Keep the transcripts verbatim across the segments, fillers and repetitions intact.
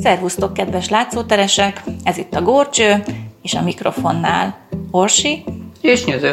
Szervusztok, kedves látszóteresek! Ez itt a Górcső, és a mikrofonnál Orsi és Nyöző.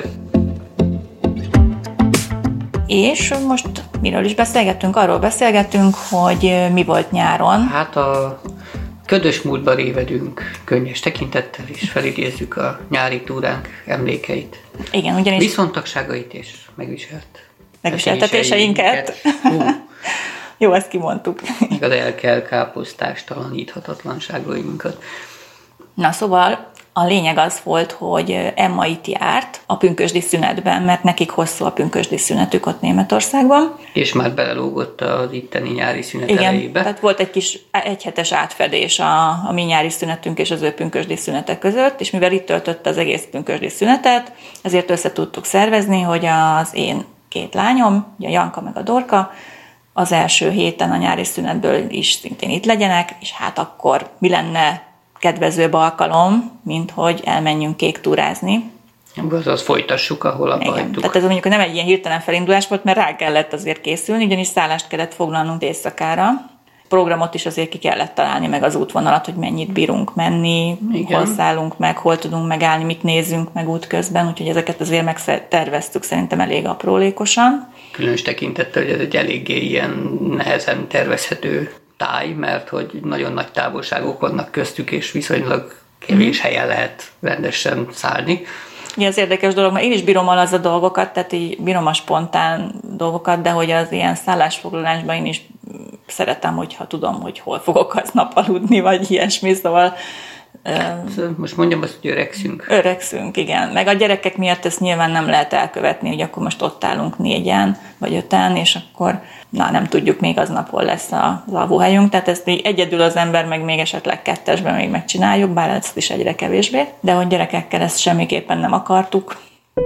És most miről is beszélgettünk? Arról beszélgettünk, hogy mi volt nyáron. Hát a ködös múltba révedünk könnyes tekintettel, és felidézzük a nyári túránk emlékeit. Igen, ugyanis... Viszontagságait és megviselt megviseltetéseinket. Jó, ezt kimondtuk. Meg az elkel káposztás talaníthatatlanságainkat. Na szóval a lényeg az volt, hogy Emma itt járt a pünkösdi szünetben, mert nekik hosszú a pünkösdi szünetük ott Németországban. És már belelógott az itteni nyári szünet Igen, elejébe. Tehát volt egy kis egyhetes átfedés a, a mi nyári szünetünk és az ő pünkösdi szünete között, és mivel itt töltötte az egész pünkösdi szünetet, ezért össze tudtuk szervezni, hogy az én két lányom, a Janka meg a Dorka, az első héten a nyári szünetből is szintén itt legyenek, és hát akkor mi lenne kedvezőbb alkalom, mint hogy elmenjünk kéktúrázni. Azaz folytassuk, ahol abba Igen. hagytuk. Tehát ez mondjuk nem egy ilyen hirtelen felindulás volt, mert rá kellett azért készülni, ugyanis szállást kellett foglalnunk éjszakára. Programot is azért ki kellett találni, meg az útvonalat, hogy mennyit bírunk menni, igen. Hol szállunk meg, hol tudunk megállni, mit nézzünk meg útközben, úgyhogy ezeket azért megterveztük szerintem elég aprólékosan. Különös tekintettel, hogy ez egy eléggé ilyen nehezen tervezhető táj, mert hogy nagyon nagy távolságok vannak köztük, és viszonylag kevés mm. helyen lehet rendesen szállni. Igen, az érdekes dolog, mert én is bírom al az a dolgokat, tehát így bírom a spontán dolgokat, de hogy az ilyen szállásfoglalásban én is szeretem, hogyha tudom, hogy hol fogok aznap aludni, vagy ilyesmi, szóval... Most mondjam azt, hogy öregszünk. Öregszünk, igen. Meg a gyerekek miatt ezt nyilván nem lehet elkövetni, hogy akkor most ott állunk négyen, vagy öten, és akkor na, nem tudjuk még aznap, hol lesz az alvóhelyünk, tehát ezt így egyedül az ember, meg még esetleg kettesben még megcsináljuk, bár ezt is egyre kevésbé, de hogy gyerekekkel ezt semmiképpen nem akartuk.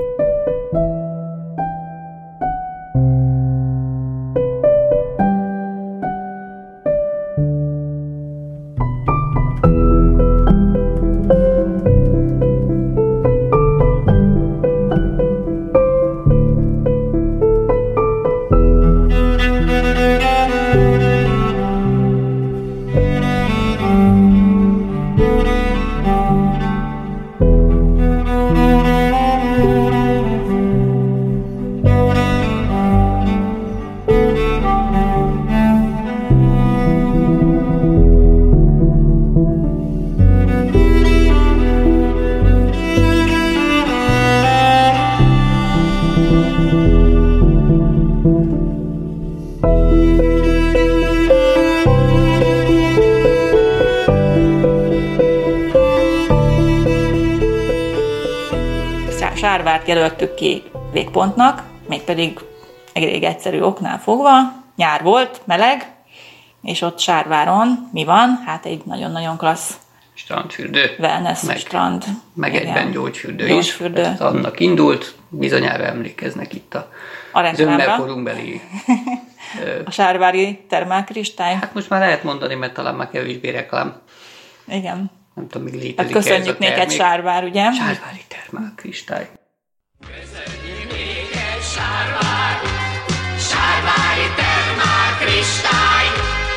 Sárvárt jelöltük ki végpontnak, mégpedig egy egyszerű oknál fogva. Nyár volt, meleg, és ott Sárváron mi van? Hát egy nagyon-nagyon klassz strandfürdő. Wellness meg, strand. Meg igen. Egyben gyógyfürdő, gyógyfürdő is. Ez annak indult, bizonyára emlékeznek itt a, a zömmel-korunkbeli... a sárvári termálkristály. Hát most már lehet mondani, mert talán már kevésbé reklám. Igen. Nem tudom, még létezik hát köszönjük néked, Sárvár, ugye? Sárvári termálkristály. Köszönjük néked, Sárvár, Sárvári termálkristály.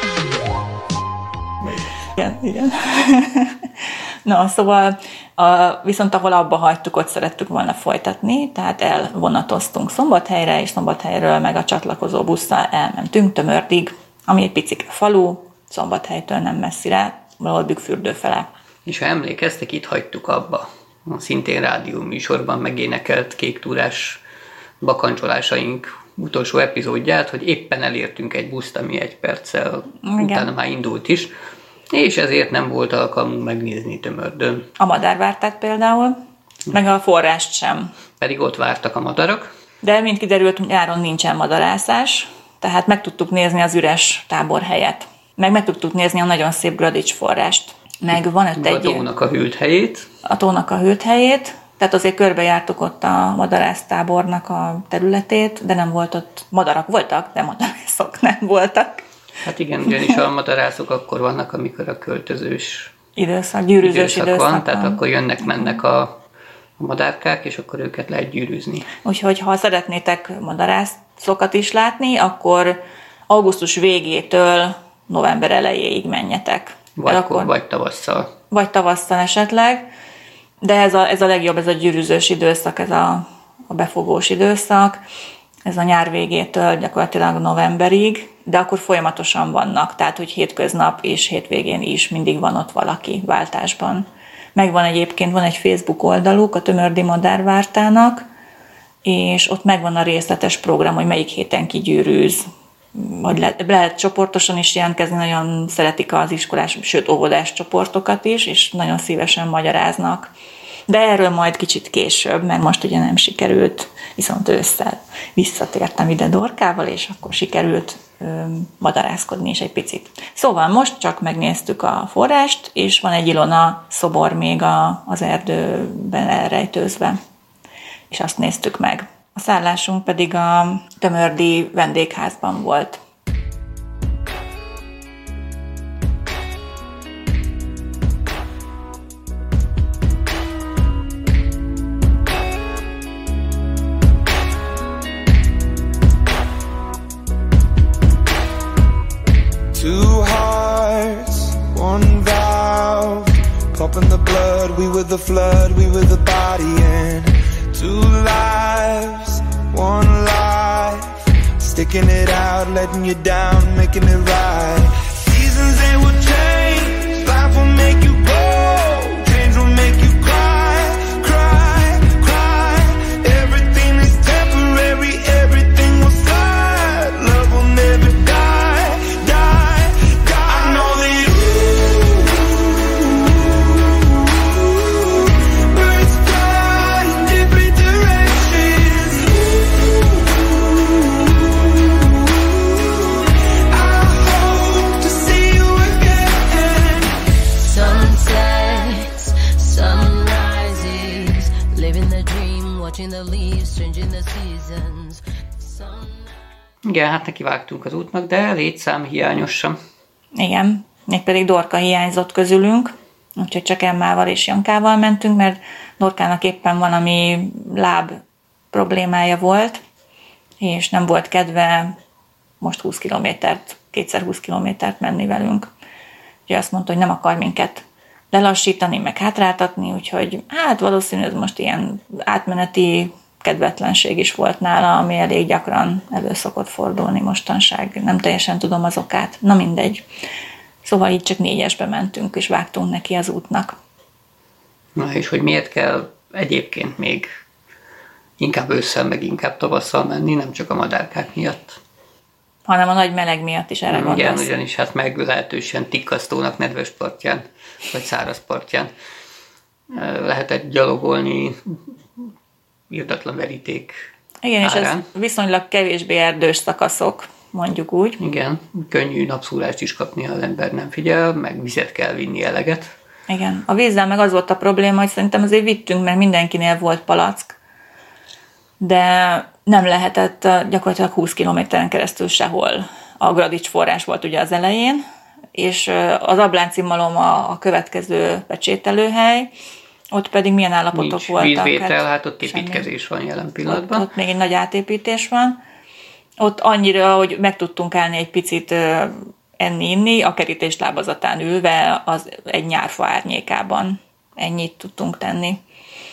Igen, igen. Na, szóval a, viszont ahol abba hagytuk, ott szerettük volna folytatni, tehát elvonatoztunk Szombathelyre, és Szombathelyről meg a csatlakozó busszal elmentünk Tömördig, ami egy picike falu, Szombathelytől nem messzire, valahol Bükkfürdő fele. És ha emlékeztek, itt hagytuk abba a szintén rádió műsorban megénekelt kéktúrás bakancsolásaink utolsó epizódját, hogy éppen elértünk egy buszt, ami egy perccel igen. utána már indult is, és ezért nem volt alkalmunk megnézni Tömördön. A madárvártát például, meg a forrást sem. Pedig ott vártak a madarak. De mint kiderült, nyáron nincsen madarászás, tehát meg tudtuk nézni az üres táborhelyet. Meg meg tudtuk nézni a nagyon szép Gradics forrást. Meg van ott a egy... A tónak a hűlt helyét. A tónak a hűlt helyét. Tehát azért körbejártuk ott a madarásztábornak a területét, de nem volt ott... Madarak voltak, de madarászok nem voltak. Hát igen, ugyanis a madarászok akkor vannak, amikor a költözős időszak, gyűrűzős időszak, időszak van. Tehát akkor jönnek-mennek a, a madárkák, és akkor őket lehet gyűrűzni. Úgyhogy ha szeretnétek madarászokat is látni, akkor augusztus végétől november elejéig menjetek. Vagy, akkor, vagy tavasszal. Vagy tavasszal esetleg, de ez a, ez a legjobb, ez a gyűrűzős időszak, ez a, a befogós időszak, ez a nyár végétől gyakorlatilag novemberig, de akkor folyamatosan vannak, tehát hogy hétköznap és hétvégén is mindig van ott valaki váltásban. Megvan egyébként, van egy Facebook oldaluk a Tömördi Madárvártának, és ott megvan a részletes program, hogy melyik héten kigyűrűz. Vagy lehet, lehet csoportosan is jelentkezni, nagyon szeretik az iskolás, sőt óvodás csoportokat is, és nagyon szívesen magyaráznak. De erről majd kicsit később, mert most ugye nem sikerült, viszont ősszel visszatértem ide Dorkával, és akkor sikerült ö, madarászkodni is egy picit. Szóval most csak megnéztük a forrást, és van egy Ilona szobor még a, az erdőben elrejtőzve, és azt néztük meg. A szállásunk pedig a Tömördi vendégházban volt. Two hearts, one valve, pumping the blood, we were the flood, we were the body, and two lives, one life, sticking it out, letting you down, making it right. Seasons they will change, life will make you go, dreams will make you cry, cry, cry. Everything is temporary, everything will slide, love will never die, die, die. I know that ooh, birds fly in different directions. I hope to see you again. Sunsets, sunrises, living the dream, watching the leaves, changing the seasons. Sun- Igen, hát nekivágtunk az útnak, de létszám hiányosan. Igen, mégpedig Dorka hiányzott közülünk, úgyhogy csak Emmával és Jankával mentünk, mert Dorkának éppen valami láb problémája volt, és nem volt kedve most húsz kilométert, kétszer húsz kilométert menni velünk. Úgyhogy azt mondta, hogy nem akar minket lelassítani, meg hátráltatni, úgyhogy hát valószínű, ez most ilyen átmeneti kedvetlenség is volt nála, ami elég gyakran elő szokott fordulni mostanság. Nem teljesen tudom az okát. Na mindegy. Szóval így csak négyesbe mentünk, és vágtunk neki az útnak. Na és hogy miért kell egyébként még inkább ősszel, meg inkább tavasszal menni, nem csak a madárkák miatt. Hanem a nagy meleg miatt is erre Igen, gondolsz. ugyanis hát meglehetősen tikkasztónak nedves partján, vagy száraz partján lehetett gyalogolni irdatlan veríték Igen, és ez árán. viszonylag kevésbé erdős szakaszok, mondjuk úgy. Igen, könnyű napszúrást is kapni, ha az ember nem figyel, meg vizet kell vinni eleget. Igen. A vízzel meg az volt a probléma, hogy szerintem azért vittünk, mert mindenkinél volt palack, de nem lehetett gyakorlatilag húsz kilométeren keresztül sehol. A Gradics forrás volt ugye az elején, és az Ablánci malom a, a következő pecsételőhely, ott pedig milyen állapotok Nincs voltak. vízvétel, hát ott semmi. építkezés van jelen pillanatban. Ott, ott még egy nagy átépítés van. Ott annyira, hogy meg tudtunk állni egy picit ö, enni-inni, a kerítés lábazatán ülve az egy nyárfa árnyékában. Ennyit tudtunk tenni.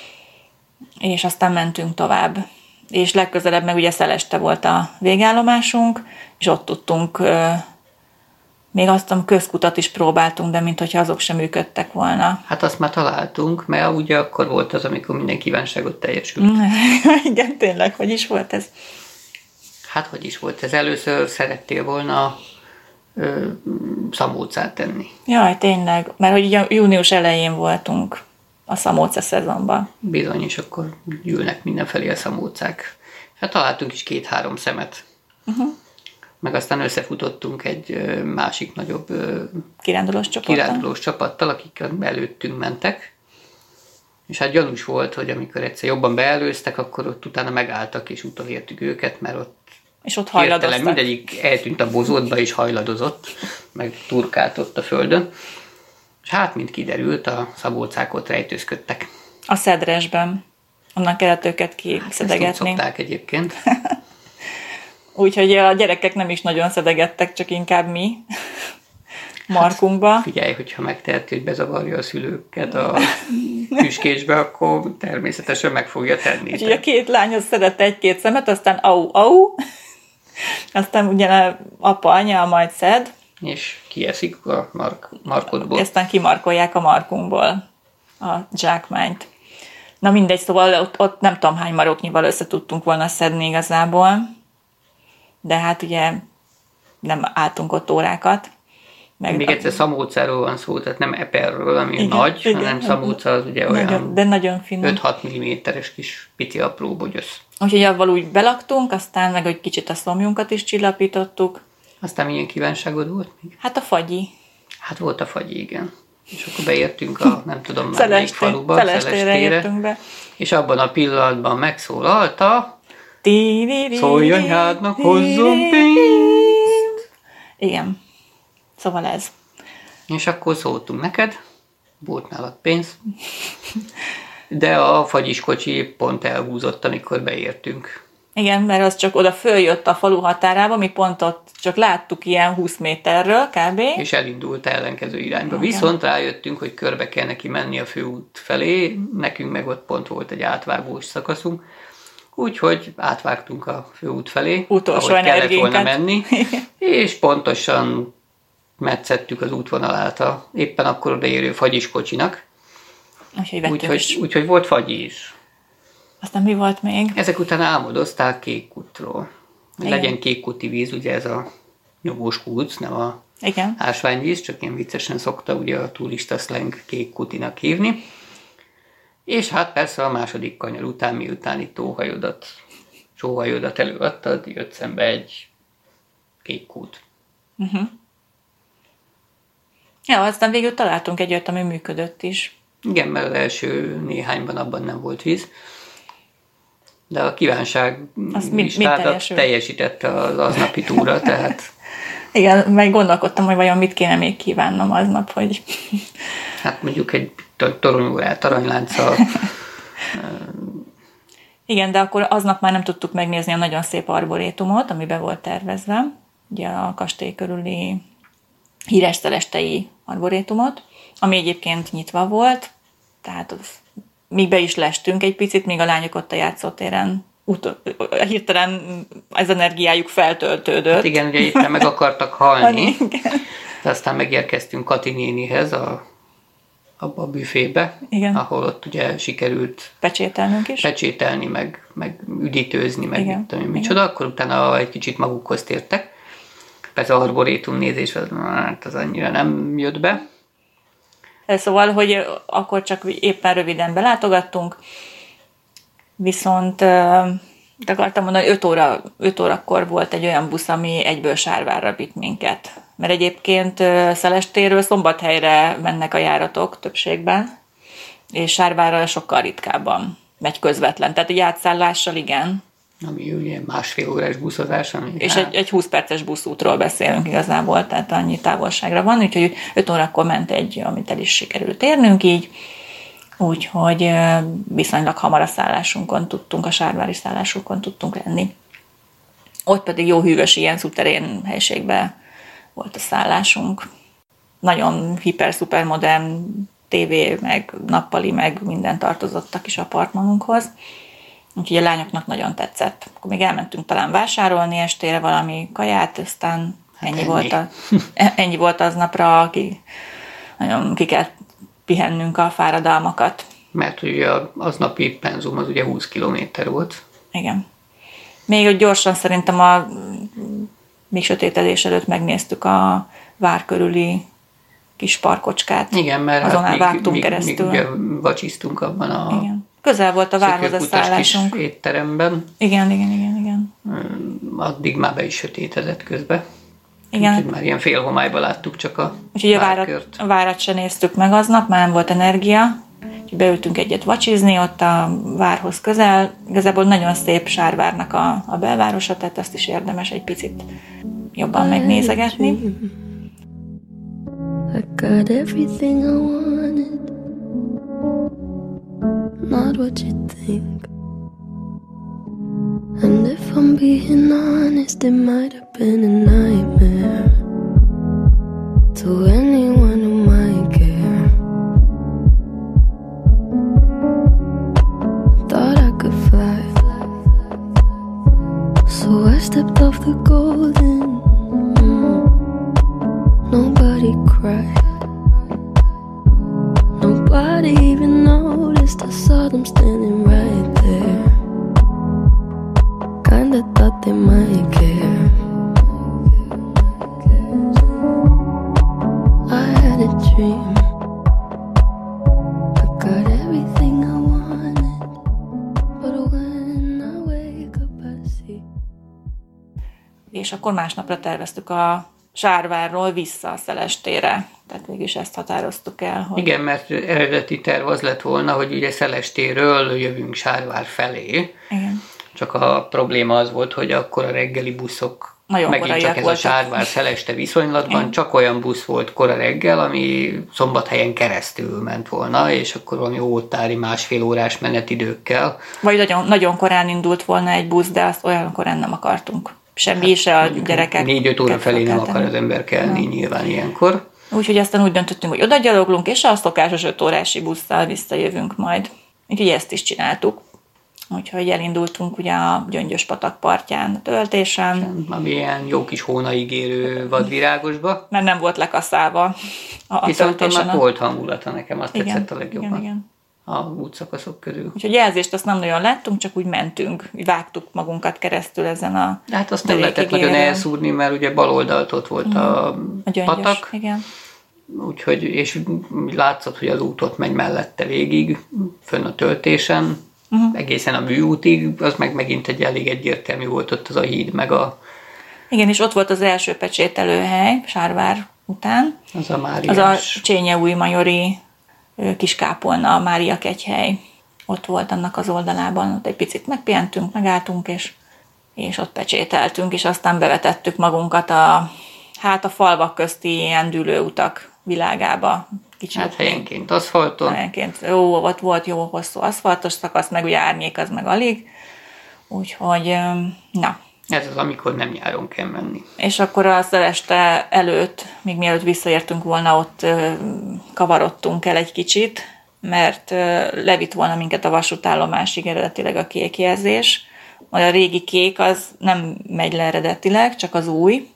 És aztán mentünk tovább. És legközelebb meg ugye Szeleste volt a végállomásunk, és ott tudtunk, ö, még azt a közkutat is próbáltunk, de minthogyha azok sem működtek volna. Hát azt már találtunk, mert ugye akkor volt az, amikor minden kívánságot teljesült. Igen, tényleg, hogy is volt ez? Hát hogy is volt ez? Először szerettél volna ö, szamócát tenni. Jaj, tényleg, mert hogy ugye június elején voltunk a szamóca szezonban. Bizony, és akkor gyűlnek mindenfelé a szamócák. Hát találtunk is két-három szemet. Uh-huh. Meg aztán összefutottunk egy ö, másik nagyobb ö, Kirándulós csapattal. kirándulós csapattal, akik előttünk mentek. És hát gyanús volt, hogy amikor egyszer jobban beelőztek, akkor ott utána megálltak, és utolértük őket, mert ott És ott hirtelen hajladoztak. mindegyik eltűnt a bozótba, és hajladozott, meg turkált ott a földön. És hát, mint kiderült, a szabolcák ott rejtőzködtek. A szedresben. Onnan kellett őket Ezt úgy kiszedegetni. szokták egyébként. Úgyhogy a gyerekek nem is nagyon szedegettek, csak inkább mi. markunkba. Figyelj, hogyha megteheti, hogy bezavarja a szülőket a tüskésbe, akkor természetesen meg fogja tenni. Úgyhogy a két lány az szedett egy-két szemet, aztán au, au, aztán ugye apa, anya majd szed, és kieszik a mark, markodból. aztán kimarkolják a markunkból a zsákmányt. Na mindegy, szóval ott, ott nem tudom hány maroknyival össze tudtunk volna szedni igazából, de hát ugye nem álltunk ott órákat. Meg Még egyszer szamócáról van szó, tehát nem eperről, ami igen, nagy, igen, hanem szamóca az ugye olyan nagyon, de nagyon finom. öt-hat milliméteres kis pici apró bogyosz. Úgyhogy avval úgy belaktunk, aztán meg egy kicsit a szomjunkat is csillapítottuk. Aztán milyen kívánságod volt még? Hát a fagyi. Hát volt a fagyi, igen. És akkor beértünk a, nem tudom már melyik faluba, Szelestére értünk be. És abban a pillanatban megszólalt a szólj anyádnak, hozzon pénzt. Igen. Szóval ez. És akkor szóltunk neked, volt nálad pénz, de a fagyis kocsi pont elhúzott, amikor beértünk. Igen, mert az csak oda följött a falu határába, mi pont ott csak láttuk ilyen húsz méterről kb. És elindult ellenkező irányba. Igen. Viszont rájöttünk, hogy körbe kell neki menni a főút felé, nekünk meg ott pont volt egy átvágós szakaszunk, úgyhogy átvágtunk a főút felé, utolsó ahogy kellett volna energiánkat. menni, és pontosan metszettük az útvonalát a éppen akkor odaérő fagyis kocsinak. Úgyhogy Úgyhogy úgy, volt fagyi is. Aztán mi volt még? Ezek után álmodozták Kékkútról. Igen. Legyen kékkúti víz, ugye ez a nyomós kúc, nem a Igen. ásványvíz, csak ilyen viccesen szokta ugye a turista slang Kékkútinak hívni. És hát persze a második kanyar után, miután itt tóhajodat, sóhajodat előadtad, jött szembe egy kékkút. Uh-huh. Ja, aztán végül találtunk egy olyat, ami működött is. Igen, mert az első néhányban abban nem volt víz. De a kívánság listádat teljesítette az aznapi túra, tehát... Igen, meg gondolkodtam, hogy vajon mit kéne még kívánnom aznap, hogy... Hát mondjuk egy toronyórát, aranylánccal. Igen, de akkor aznap már nem tudtuk megnézni a nagyon szép arborétumot, ami be volt tervezve, ugye a kastély körüli híres szelestei arborétumot, ami egyébként nyitva volt, tehát az, míg be is lestünk egy picit, míg a lányok ott a játszótéren ut- hirtelen az energiájuk feltöltődött. Hát igen, ugye éppen meg akartak halni, de aztán megérkeztünk Kati nénihez a, abba a büfébe, igen. Ahol ott ugye sikerült pecsételnünk is. Pecsételni, meg, meg üdítőzni, meg igen. mit tudom én micsoda, akkor utána egy kicsit magukhoz tértek. Persze az arborétum nézés, az, hát az annyira nem jött be. Szóval, hogy akkor csak éppen röviden belátogattunk, viszont de akartam mondani, hogy öt órakor volt egy olyan busz, ami egyből Sárvárra vitt minket. Mert egyébként Szelestéről Szombathelyre mennek a járatok többségben, és Sárvárra sokkal ritkábban megy közvetlen. Tehát egy átszállással igen. Ami ugye másfél órás buszozás. Ami és hát... egy, egy húsz perces buszútról beszélünk igazából, tehát annyi távolságra van, úgyhogy öt órakor ment egy, amit el is sikerült érnünk így, úgyhogy viszonylag hamar a szállásunkon tudtunk, a sárvári szállásunkon tudtunk lenni. Ott pedig jó hűvös ilyen szuterén helységben volt a szállásunk. Nagyon hiper-szuper modern tévé, meg nappali, meg minden tartozott a kis apartmanunkhoz. Úgyhogy a lányoknak nagyon tetszett. Akkor még elmentünk talán vásárolni estére valami kaját, aztán ennyi, ennyi. volt, a, ennyi volt aznapra, aki nagyon ki kell pihennünk a fáradalmakat. Mert ugye az napi penzum az ugye húsz kilométer volt. Igen. Még ott gyorsan szerintem a még sötétedés előtt megnéztük a vár körüli kis parkocskát. Igen, mert azon hát vágtunk még, keresztül. Még, még vacsisztunk abban a igen. Közel volt a várhoz a szállásunk. Kis étteremben. Igen, igen, igen, igen. Addig már be is sötétedett közbe. Igen. Úgyhogy már ilyen félhomályban láttuk csak a úgyhogy a várat, a várat se néztük meg aznap, már nem volt energia. Úgyhogy beültünk egyet vacsizni ott a várhoz közel. Igazából nagyon szép Sárvárnak a, a belvárosa, tehát azt is érdemes egy picit jobban megnézegetni. I got everything I wanted, not what you think. And if I'm being honest, it might have been a nightmare to to anyone who might care. Thought I could fly, so I stepped off the golden. Mm. Nobody cried, nobody even noticed. I saw them standing right there. Kinda thought they might care. I had a dream, I got everything I wanted, but when I wake up I see. És akkor másnapra terveztük a Sárvárról vissza a Szelestére. Tehát végülis ezt határoztuk el. Hogy... Igen, mert eredeti terv az lett volna, hogy ugye Szelestéről jövünk Sárvár felé. Igen. Csak a probléma az volt, hogy akkor a reggeli buszok nagyon megint csak ez voltak. a Sárvár-Szeleste viszonylatban, Igen. csak olyan busz volt kora reggel, ami Szombathelyen keresztül ment volna, és akkor valami ótári másfél órás menetidőkkel. Vagy nagyon, nagyon korán indult volna egy busz, de azt olyan korán nem akartunk. Semmi hát, se a gyerekek. Négy-öt óra felé nem akar az ember kelni ja. nyilván ilyenkor. Úgyhogy aztán úgy döntöttünk, hogy oda gyaloglunk, és a szokásos öt órási busszal visszajövünk majd. Úgyhogy ezt is csináltuk. Úgyhogy elindultunk ugye a Gyöngyös-patak partján a töltésen. Ami ilyen jó kis hónaigérő vadvirágosba. Mert nem volt lekaszálva a Viszont töltésen. annak volt hangulata, nekem azt igen, tetszett a legjobban. Igen, igen. A útszakaszok közül. Úgyhogy jelzést azt nem nagyon láttunk, csak úgy mentünk, úgy vágtuk magunkat keresztül ezen a De hát azt nem lehetett nagyon elszúrni, mert ugye bal oldalt ott volt mm. a, a gyöngyös, patak. Igen. Úgyhogy, és látszott, hogy az út ott megy mellette végig, fönn a töltésen, uh-huh. egészen a műútig, az meg megint egy elég egyértelmű volt ott az a híd, meg a... Igen, és ott volt az első pecsételőhely, Sárvár után. Az a Máriás. Az a Csényeújmajori Kiskápolna, a Mária kegyhely. Ott volt annak az oldalában, ott egy picit megpihentünk, megálltunk, és, és ott pecsételtünk, és aztán bevetettük magunkat a, hát a falvak közti ilyen dűlőutak világába. Kicsit hát helyenként aszfalton. Helyenként jó, ott volt jó hosszú aszfaltos szakasz, meg ugye árnyék az meg alig. Úgyhogy, na. Ez az, amikor nem nyáron kell menni. És akkor a Szeleste előtt, még mielőtt visszaértünk volna, ott kavarodtunk el egy kicsit, mert levitt volna minket a vasútállomásig eredetileg a kék jelzés. A régi kék az nem megy le eredetileg, csak az új,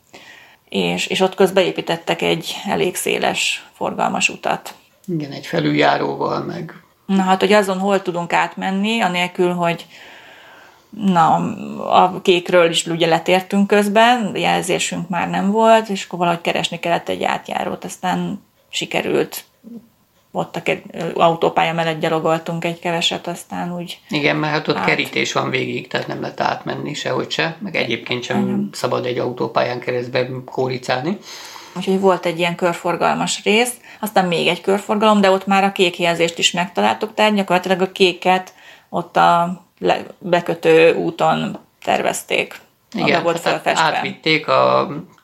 és, és ott közben építettek egy elég széles forgalmas utat. Igen, egy felüljáróval meg. Na hát, hogy azon hol tudunk átmenni, anélkül, hogy na, a kékről is ugye letértünk közben, jelzésünk már nem volt, és akkor valahogy keresni kellett egy átjárót, aztán sikerült. Ott a autópálya mellett gyalogoltunk egy keveset, aztán úgy... Igen, mert hát ott át. kerítés van végig, tehát nem lehet átmenni sehogy se, meg egyébként sem Igen. szabad egy autópályán keresztbe kóricálni. Úgyhogy volt egy ilyen körforgalmas rész, aztán még egy körforgalom, de ott már a kék jelzést is megtaláltuk, tehát gyakorlatilag a kéket ott a bekötő úton tervezték. Igen, volt hát átvitték a,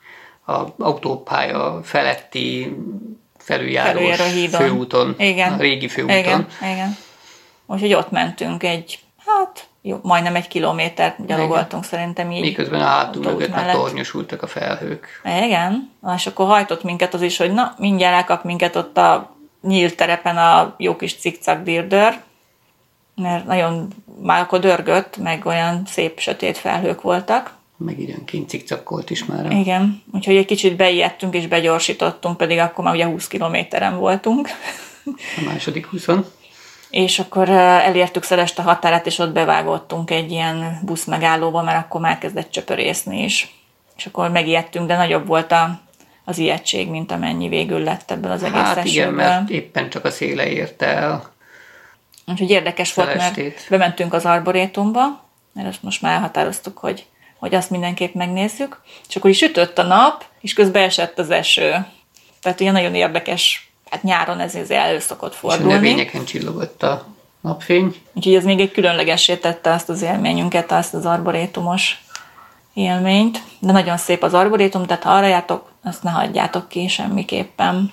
a autópálya feletti felüljárós főúton, igen. a régi főúton. Igen, igen. Úgyhogy ott mentünk egy, hát jó, majdnem egy kilométert gyalogoltunk szerintem így. Miközben a hátunk mögött már tornyosultak a felhők. Igen, és akkor hajtott minket az is, hogy na, mindjárt elkap minket ott a nyílt terepen a jó kis cikcak dirdör, mert nagyon már akkor dörgött, meg olyan szép sötét felhők voltak. Meg időnként cikcakkolt is már. Igen, úgyhogy egy kicsit beijedtünk és begyorsítottunk, pedig akkor már ugye húsz kilométeren voltunk. A második húszon. És akkor elértük Szeleste határát, és ott bevágottunk egy ilyen busz megállóba, mert akkor már kezdett csöpörészni is. És akkor megijedtünk, de nagyobb volt a, az ijegység, mint amennyi végül lett ebből az egész Hát esőből. igen, mert éppen csak a széle érte el. Úgyhogy érdekes Szelestét. volt, mert bementünk az arborétumba, mert azt most már elhatároztuk, hogy, hogy azt mindenképp megnézzük. És akkor is sütött a nap, és közben esett az eső. Tehát ugye nagyon érdekes, hát nyáron ez elő szokott fordulni. És a növényeken csillogott a napfény. Úgyhogy ez még egy különlegessé tette azt az élményünket, azt az arborétumos élményt. De nagyon szép az arborétum, tehát ha arra jártok, azt ne hagyjátok ki semmiképpen.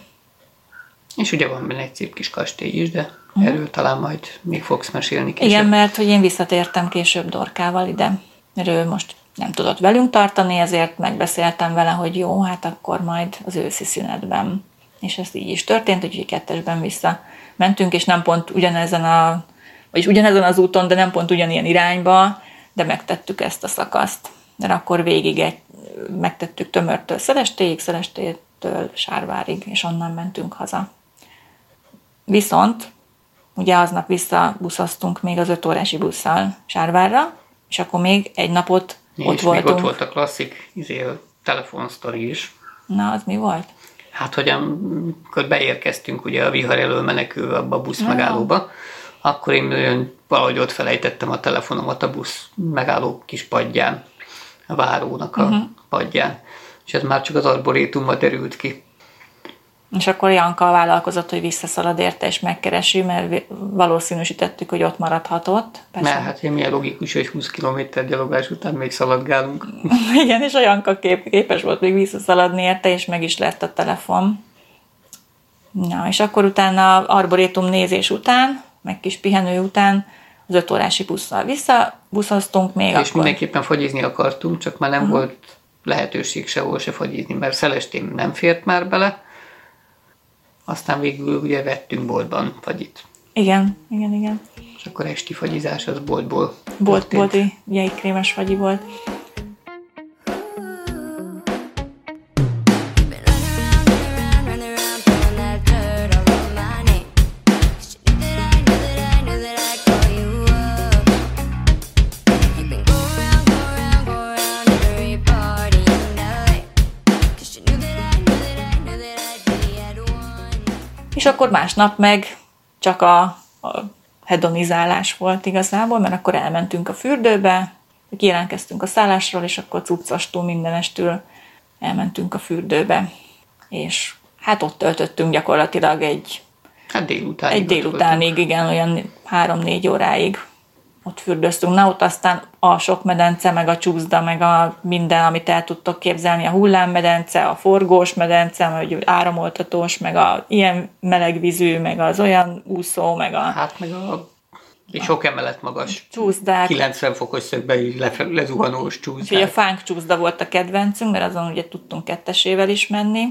És ugye van benne egy szép kis kastély is, de uh-huh. erről talán majd még fogsz mesélni később. Igen, mert hogy én visszatértem később Dorkával ide, mert ő most nem tudott velünk tartani, ezért megbeszéltem vele, hogy jó, hát akkor majd az őszi szünetben. És ez így is történt, úgyhogy kettesben visszamentünk, és nem pont ugyanezen a, vagyis ugyanezen az úton, de nem pont ugyanilyen irányba, de megtettük ezt a szakaszt. De akkor végig egy, megtettük Tömörtől Szelestéig, Szelestétől Sárvárig, és onnan mentünk haza. Viszont ugye aznap visszabuszoztunk még az öt órási busszal Sárvárra, és akkor még egy napot és ott voltunk. még ott volt a klasszik izé, a telefonsztori is. Na, az mi volt? Hát, hogy amikor beérkeztünk ugye a vihar elől menekülve abba a busz megállóba, akkor én valahogy ott felejtettem a telefonomat a busz megálló kis padján, a várónak a uh-huh. padján. És ez már csak az arborétumban derült ki. És akkor Janka vállalkozott, hogy visszaszalad érte és megkeresi, mert valószínűsítettük, hogy ott maradhatott. Persze. Mert hát milyen logikus, hogy húsz kilométer gyalogás után még szaladgálunk. Igen, és a Janka kép, képes volt még visszaszaladni érte, és meg is lett a telefon. Na, és akkor utána arborétum nézés után, meg kis pihenő után az öt órási busszal visszabuszoztunk még. És akkor mindenképpen fagyizni akartunk, csak már nem uh-huh. volt lehetőség sehol se fagyizni, mert Szelestén nem fért már bele. Aztán végül ugye vettünk boltban fagyit. Igen, igen, igen. És akkor esti fagyizás az boltból. Bolt, bolti, jégkrémes fagyi volt. És akkor másnap meg csak a, a hedonizálás volt igazából, mert akkor elmentünk a fürdőbe, kijelentkeztünk a szállásról, és akkor cuccastul mindenestül elmentünk a fürdőbe. És hát ott töltöttünk gyakorlatilag egy, hát délutánig, egy délutánig, igen, olyan három-négy óráig ott fürdőztünk. Na, ott aztán a sok medence, meg a csúszda, meg a minden, amit el tudtok képzelni, a hullámmedence, a forgós medence, meg áramoltatós, meg a ilyen melegvízű, meg az olyan úszó, meg a... Hát meg a... és sok emelet magas. Csúszdák. kilencven fokos szögbe így le, lezuhanós csúszdák. Úgyhogy a fánk csúszda volt a kedvencünk, mert azon ugye tudtunk kettesével is menni.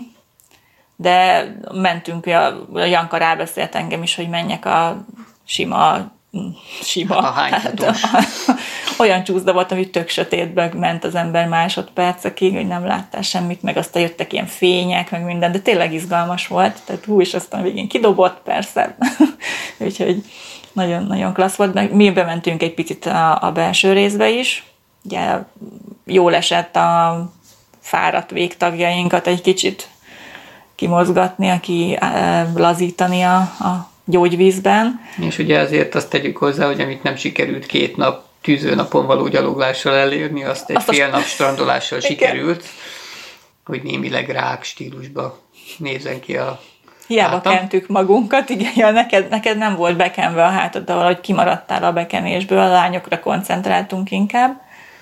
De mentünk, a, a Janka rábeszélt engem is, hogy menjek a sima... sima. A hányhatós. Hát, olyan csúszda volt, ami tök sötétben ment az ember másodpercekig, hogy nem láttál semmit, meg aztán jöttek ilyen fények, meg minden, de tényleg izgalmas volt, tehát hú, és aztán végén kidobott, persze. Úgyhogy nagyon-nagyon klassz volt, meg mi bementünk egy picit a, a belső részbe is, ugye jól esett a fáradt végtagjainkat egy kicsit kimozgatni, aki lazítani a, a gyógyvízben. És ugye azért azt tegyük hozzá, hogy amit nem sikerült két nap tűzőnapon való gyaloglással elérni, azt egy azt fél nap strandolással sikerült, hogy némileg rák stílusba nézzen ki a Hiába hátam. kentük magunkat, igen, ja, neked, neked nem volt bekenve a hátad, de valahogy kimaradtál a bekenésből, a lányokra koncentráltunk inkább.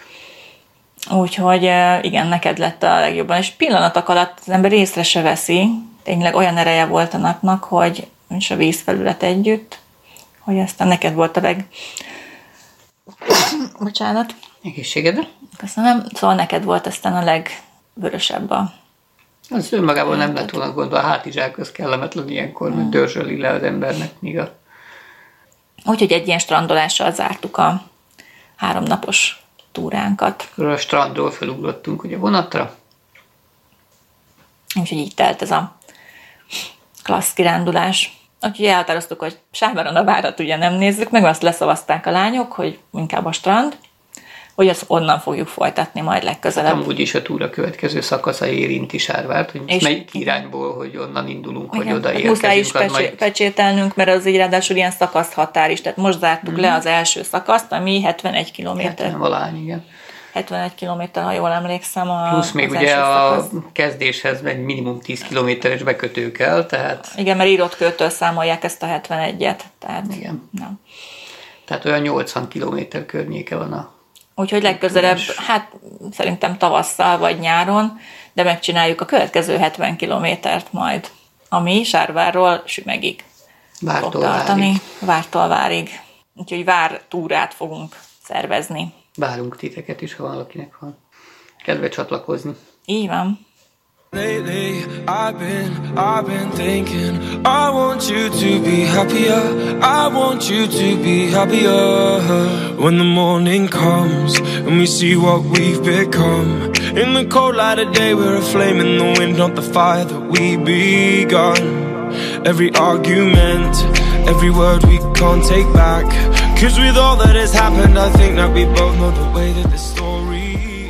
Úgyhogy igen, neked lett a legjobban. És pillanatok alatt az ember észre se veszi, tényleg olyan ereje volt a napnak, hogy és a vízfelület együtt, hogy aztán neked volt a leg... Bocsánat. Egészségedre. Köszönöm. Szóval neked volt aztán a legvörösebb a... Az önmagában nem lett volna gond, a hátizsák az kellemetlen ilyenkor, mert dörzsöli le az embernek, míg a... Úgyhogy egy ilyen strandolással zártuk a háromnapos túránkat. Akkor a strandról felugrottunk ugye vonatra. Úgyhogy így telt ez a klassz kirándulás. Úgyhogy elhatároztuk, hogy Sárváron a várat ugye nem nézzük, meg azt leszavazták a lányok, hogy inkább a strand, hogy azt onnan fogjuk folytatni majd legközelebb. Hát amúgy is a túra következő szakasza érinti Sárvárt, hogy és melyik irányból, hogy onnan indulunk, igen, hogy oda érkezünk. Muszáj is pecsé- majd... pecsételnünk, mert az így ráadásul ilyen szakaszhatár is, tehát most zártuk mm. le az első szakaszt, ami hetvenegy kilométer. hetven valány, igen. hetvenegy kilométer, ha jól emlékszem. A, plusz még ugye a kezdéshez egy minimum tíz kilométeres bekötő kell, tehát... Igen, mert írott kőtől számolják ezt a hetvenegyet. Tehát, igen. Nem. Tehát olyan nyolcvan kilométer környéke van a... Úgyhogy legközelebb, hát szerintem tavasszal vagy nyáron, de megcsináljuk a következő hetven kilométert majd, ami Sárvárról Sümegig fog tartani. Vártól Várig. Úgyhogy vár túrát fogunk szervezni. Várunk titeket is, ha valakinek van kedve csatlakozni. Így van. Lately, I've been, I've been thinking, I want you to be happier, I want you to be happier. When the morning comes and we see what we've become, in the cold light of day we're a flame in the wind, not the fire that we begun. Every argument, every word we can't take back, cause with all that has happened I think that we both know the way that the story.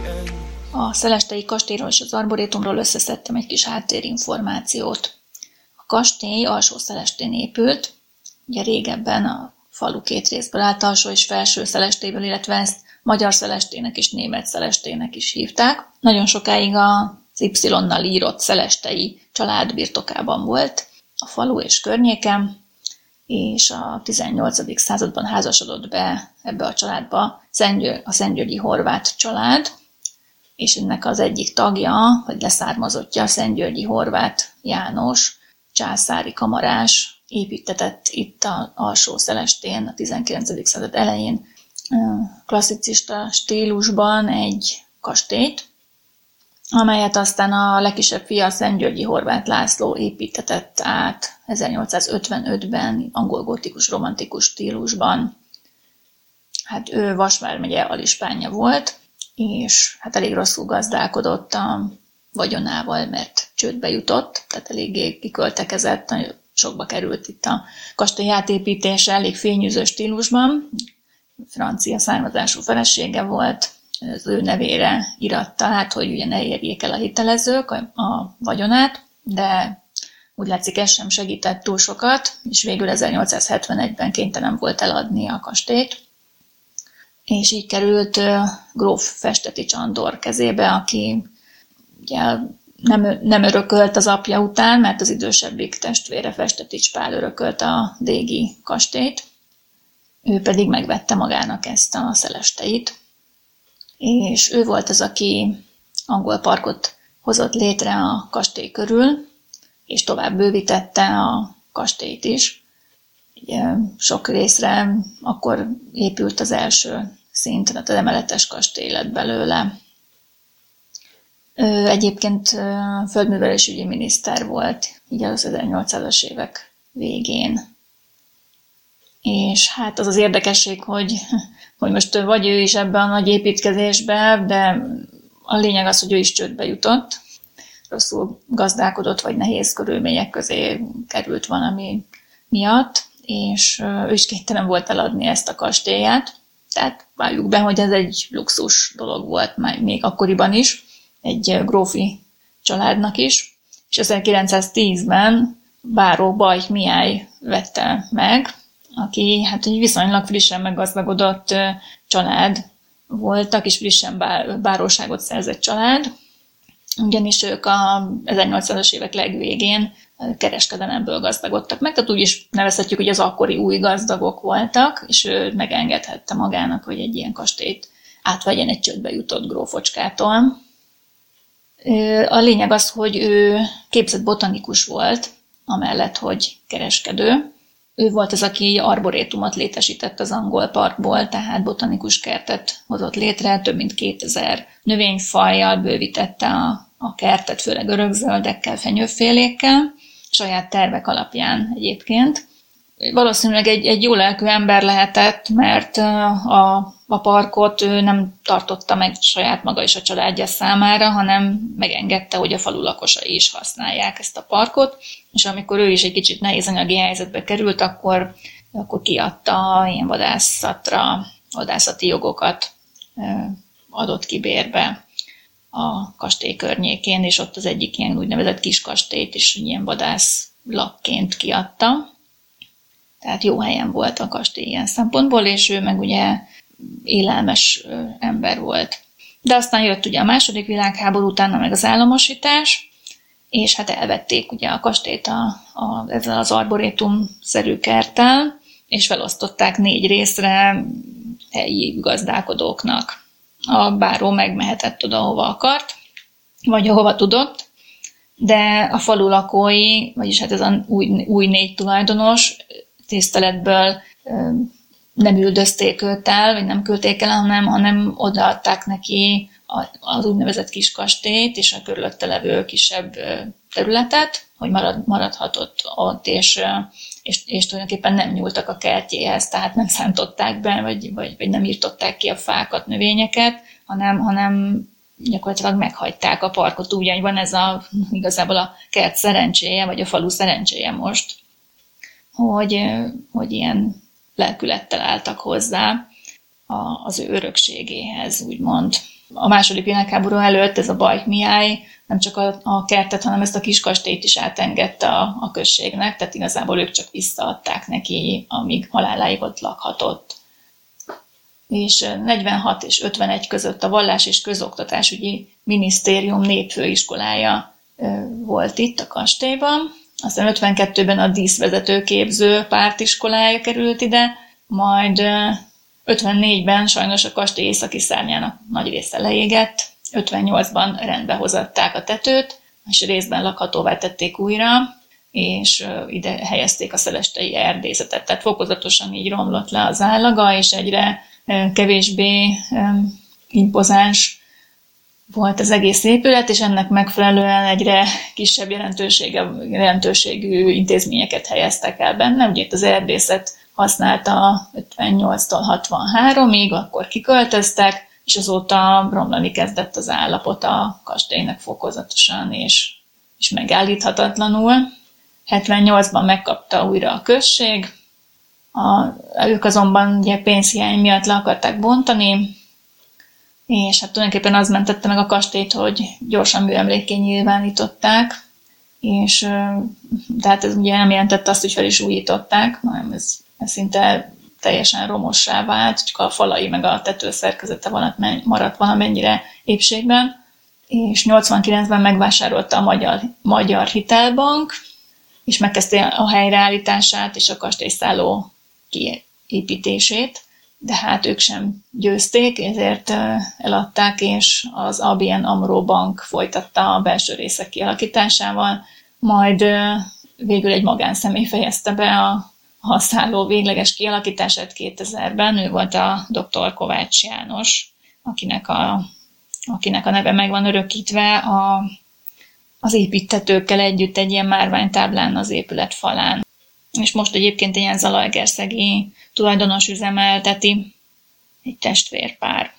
A szelestei kastélyról és az arborétumról összeszedtem egy kis háttérinformációt. A kastély alsó szelestén épült, ugye régebben a falu két részből állt, alsó és felső szelestéből, illetve ezt magyar szelestének és német szelestének is hívták. Nagyon sokáig az Y-nal írott szelestei család birtokában volt a falu és környéken, és a tizennyolcadik században házasodott be ebbe a családba a szentgyörgyi Horváth család, és ennek az egyik tagja, vagy leszármazottja, Szentgyörgyi Horváth János, császári kamarás építetett itt az alsó szelestén a tizenkilencedik század elején klasszicista stílusban egy kastélyt, amelyet aztán a legkisebb fia, Szentgyörgyi Horváth László építetett át ezernyolcszázötvenötben angol gótikus romantikus stílusban. Hát ő Vas vármegye alispánja volt, és hát elég rosszul gazdálkodott a vagyonával, mert csődbe jutott, tehát eléggé kiköltekezett, nagyon sokba került itt a kastély átépítése, elég fényűző stílusban. Francia származású felesége volt, az ő nevére iratta át, hogy ugye ne érjék el a hitelezők a, a vagyonát, de úgy látszik, ez sem segített túl sokat, és végül ezernyolcszázhetvenegyben kénytelen volt eladni a kastélyt, és így került uh, gróf Festetics Andor kezébe, aki ugye nem, nem örökölt az apja után, mert az idősebbik testvére Festetics Pál örökölt a dégi kastélyt. Ő pedig megvette magának ezt a szelesteit, és ő volt az, aki angol parkot hozott létre a kastély körül, és tovább bővítette a kastélyt is. Ugye, sok részre akkor épült az első szint, tehát az emeletes kastély lett belőle. Ő egyébként földművelésügyi miniszter volt, így az ezernyolcszázas évek végén. És hát az az érdekesség, hogy, hogy most vagy ő is ebben a nagy építkezésben, de a lényeg az, hogy ő is csődbe jutott. Rosszul gazdálkodott, vagy nehéz körülmények közé került valami miatt, és ő is kénytelen volt eladni ezt a kastélyát. Tehát valljuk be, hogy ez egy luxus dolog volt még akkoriban is, egy grófi családnak is, és ezerkilencszáztízben báró Bajk Mihály vette meg, aki hát egy viszonylag frissen meggazdagodott család voltak, és frissen báróságot szerzett család, ugyanis ők a ezernyolcszázas évek legvégén kereskedelemből gazdagodtak meg, tehát úgy is nevezhetjük, hogy az akkori új gazdagok voltak, és ő megengedhette magának, hogy egy ilyen kastélyt átvegyen egy csődbe jutott grófocskától. A lényeg az, hogy ő képzett botanikus volt, amellett, hogy kereskedő. Ő volt az, aki arborétumot létesített az angol parkból, tehát botanikus kertet hozott létre, több mint kétezer növényfajjal bővítette a, a kertet, főleg örökzöldekkel, fenyőfélékkel, saját tervek alapján egyébként. Valószínűleg egy, egy jó lelkű ember lehetett, mert a, a parkot ő nem tartotta meg saját maga és a családja számára, hanem megengedte, hogy a falu lakosai is használják ezt a parkot, és amikor ő is egy kicsit nehéz anyagi helyzetbe került, akkor, akkor kiadta ilyen vadászatra, vadászati jogokat adott ki bérbe a kastély környékén, és ott az egyik ilyen úgynevezett kis kastélyt is ilyen vadászlakként kiadta. Tehát jó helyen volt a kastély ilyen szempontból, és ő meg ugye élelmes ember volt. De aztán jött ugye a második világháború, utána meg az államosítás, és hát elvették ugye a kastélyt a, a, ezzel az arborétum-szerű kerttel, és felosztották négy részre helyi gazdálkodóknak. A báró megmehetett oda, hova akart, vagy ahova tudott, de a falu lakói, vagyis hát ez az új, új négy tulajdonos tiszteletből nem üldözték őt el, vagy nem küldték el, hanem, hanem odaadták neki az úgynevezett kis kastélyt és a körülötte levő kisebb területet, hogy marad, maradhatott ott, és, és, és tulajdonképpen nem nyúltak a kertjéhez, tehát nem szántották be, vagy, vagy, vagy nem írtották ki a fákat, növényeket, hanem, hanem gyakorlatilag meghagyták a parkot úgy, hogy van ez a, igazából a kert szerencséje, vagy a falu szerencséje most, hogy, hogy ilyen lelkülettel álltak hozzá az ő örökségéhez, úgymond. A második világháború előtt ez a Bajk Mihály nem csak a, a kertet, hanem ezt a kis kastélyt is átengedte a, a községnek, tehát igazából ők csak visszaadták neki, amíg haláláig ott lakhatott. És negyvenhat és ötvenegy között a Vallás- és Közoktatásügyi Minisztérium népfőiskolája volt itt a kastélyban, aztán ötvenkettőben a díszvezetőképző pártiskolája került ide, majd ötvennégyben sajnos a kastély északi szárnyának nagy része leégett, ötvennyolcban rendbe hozatták a tetőt, és részben lakhatóvá tették újra, és ide helyezték a szelestei erdészetet. Tehát fokozatosan így romlott le az állaga, és egyre kevésbé impozáns volt az egész épület, és ennek megfelelően egyre kisebb jelentőségű intézményeket helyeztek el benne. Ugye itt az erdészet használta ötvennyolctól hatvanháromig, akkor kiköltöztek, és azóta romlani kezdett az állapot a kastélynak fokozatosan és, és megállíthatatlanul. hetvennyolcban megkapta újra a község, a, ők azonban ugye pénzhiány miatt le akarták bontani, és hát tulajdonképpen az mentette meg a kastélyt, hogy gyorsan műemlékké nyilvánították, és tehát ez ugye nem jelentette azt, hogy fel is újították, hanem ez, ez szinte teljesen romossá vált, csak a falai meg a tetőszerkezete maradt valamennyire épségben, és nyolcvankilencben megvásárolta a Magyar, Magyar Hitelbank, és megkezdte a helyreállítását és a kastélyszálló kiépítését, de hát ők sem győzték, ezért eladták, és az á bé en AMRO Bank folytatta a belső részek kialakításával, majd végül egy magánszemély fejezte be a, a szálló végleges kialakítását kétezerben, ő volt a doktor Kovács János, akinek a, akinek a neve meg van örökítve a, az építtetőkkel együtt egy ilyen márványtáblán az épület falán. És most egyébként ilyen zalaegerszegi tulajdonos üzemelteti, egy testvérpár.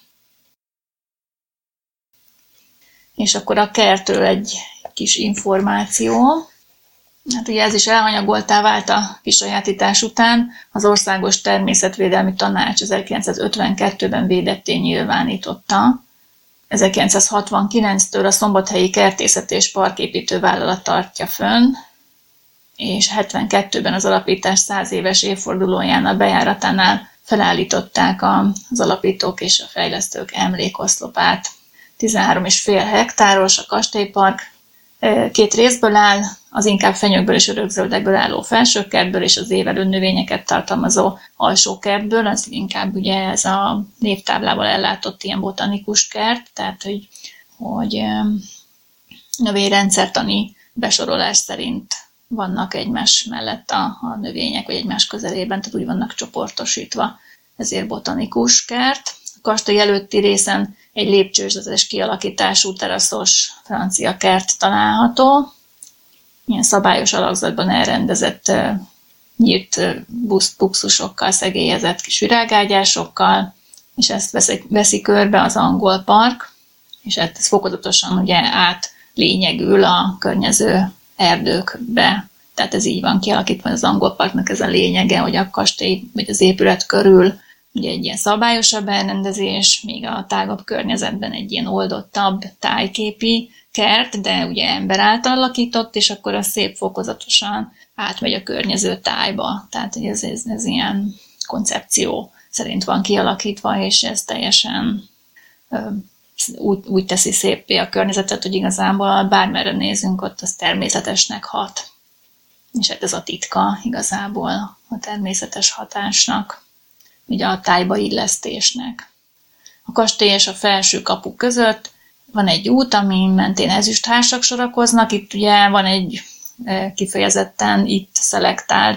És akkor a kertről egy kis információ. Hát ugye ez is elhanyagoltá vált a kisajátítás után. Az Országos Természetvédelmi Tanács ezerkilencszázötvenkettőben védetté nyilvánította. ezerkilencszázhatvankilenctől a Szombathelyi Kertészet és Parképítő Vállalat tartja fönn, és hetvenkettőben az alapítás száz éves évfordulóján a bejáratánál felállították az alapítók és a fejlesztők emlékoszlopát. tizenhárom és fél hektáros a kastélypark, két részből áll, az inkább fenyőkből és örökzöldekből álló felsőkertből és az évelő növényeket tartalmazó alsókertből, az inkább ugye ez a névtáblával ellátott ilyen botanikus kert, tehát hogy, hogy növényrendszertani besorolás szerint vannak egymás mellett a, a növények, vagy egymás közelében, tehát úgy vannak csoportosítva, ezért botanikus kert. A kastély előtti részen egy lépcsőzetes kialakítású teraszos francia kert található, ilyen szabályos alakzatban elrendezett nyílt buxusokkal, szegélyezett kis virágágyásokkal, és ezt veszi, veszi körbe az angol park, és ez fokozatosan ugye átlényegül a környező erdőkbe. Tehát ez így van kialakítva, az angol parknak ez a lényege, hogy a kastély vagy az épület körül ugye egy ilyen szabályosabb elrendezés, míg a tágabb környezetben egy ilyen oldottabb tájképi kert, de ugye ember által alakított, és akkor az szép fokozatosan átmegy a környező tájba. Tehát ez, ez, ez ilyen koncepció szerint van kialakítva, és ez teljesen ö, úgy, úgy teszi széppé a környezetet, hogy igazából bármerre nézünk, ott az természetesnek hat. És hát ez a titka igazából a természetes hatásnak, ugye a tájba illesztésnek. A kastély és a felső kapu között van egy út, ami mentén ezüsthársak sorakoznak. Itt ugye van egy kifejezetten itt szelektált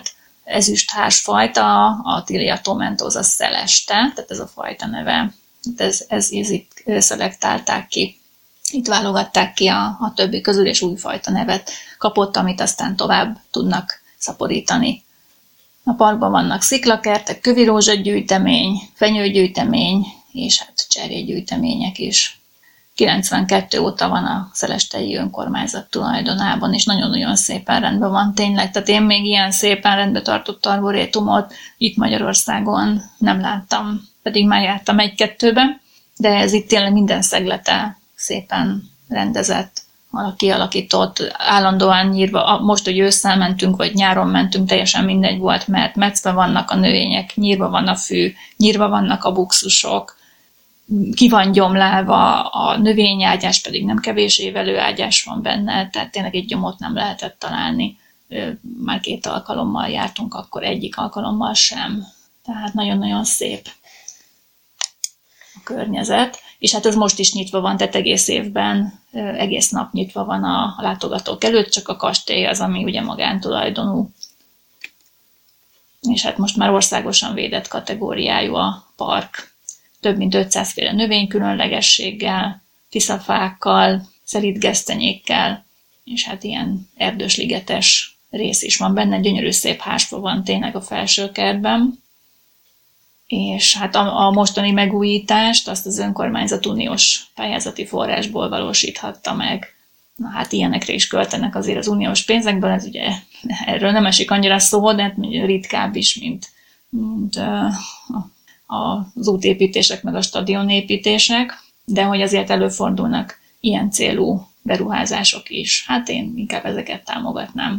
ezüstházfajta, a Tilia tomentosa celeste, tehát ez a fajta neve. Ez, ez, ez itt szelektálták ki, itt válogatták ki a, a többi közül, és újfajta nevet kapott, amit aztán tovább tudnak szaporítani. A parkban vannak sziklakertek, kövirózsagyűjtemény, fenyőgyűjtemény, és hát cserjegyűjtemények is. kilencvenkettő óta van a Szelestei önkormányzat tulajdonában, és nagyon-nagyon szépen rendben van tényleg. Tehát én még ilyen szépen rendben tartott arborétumot itt Magyarországon nem láttam, pedig már jártam egy-kettőbe, de ez itt tényleg minden szeglete szépen rendezett, kialakított, állandóan nyírva. Most, hogy ősszel mentünk, vagy nyáron mentünk, teljesen mindegy volt, mert mecbe vannak a növények, nyírva van a fű, nyírva vannak a buxusok, ki van gyomlálva, a növényágyás pedig nem kevés évelő ágyás van benne, tehát tényleg egy gyomot nem lehetett találni. Már két alkalommal jártunk, akkor egyik alkalommal sem. Tehát nagyon-nagyon szép a környezet. És hát ez most is nyitva van, tehát egész évben, egész nap nyitva van a látogatók előtt, csak a kastély az, ami ugye magántulajdonú. És hát most már országosan védett kategóriájú a park. Több mint ötszáz féle növénykülönlegességgel, tiszafákkal, szelídgesztenyékkel, és hát ilyen erdős-ligetes rész is van benne, gyönyörű szép házfa van tényleg a felsőkertben. És hát a, a mostani megújítást azt az önkormányzat uniós pályázati forrásból valósíthatta meg. Na hát ilyenekre is költenek azért az uniós pénzekből, ez ugye erről nem esik annyira szó, de hát ritkább is, mint, mint uh, az útépítések, meg a stadionépítések, de hogy azért előfordulnak ilyen célú beruházások is. Hát én inkább ezeket támogatnám.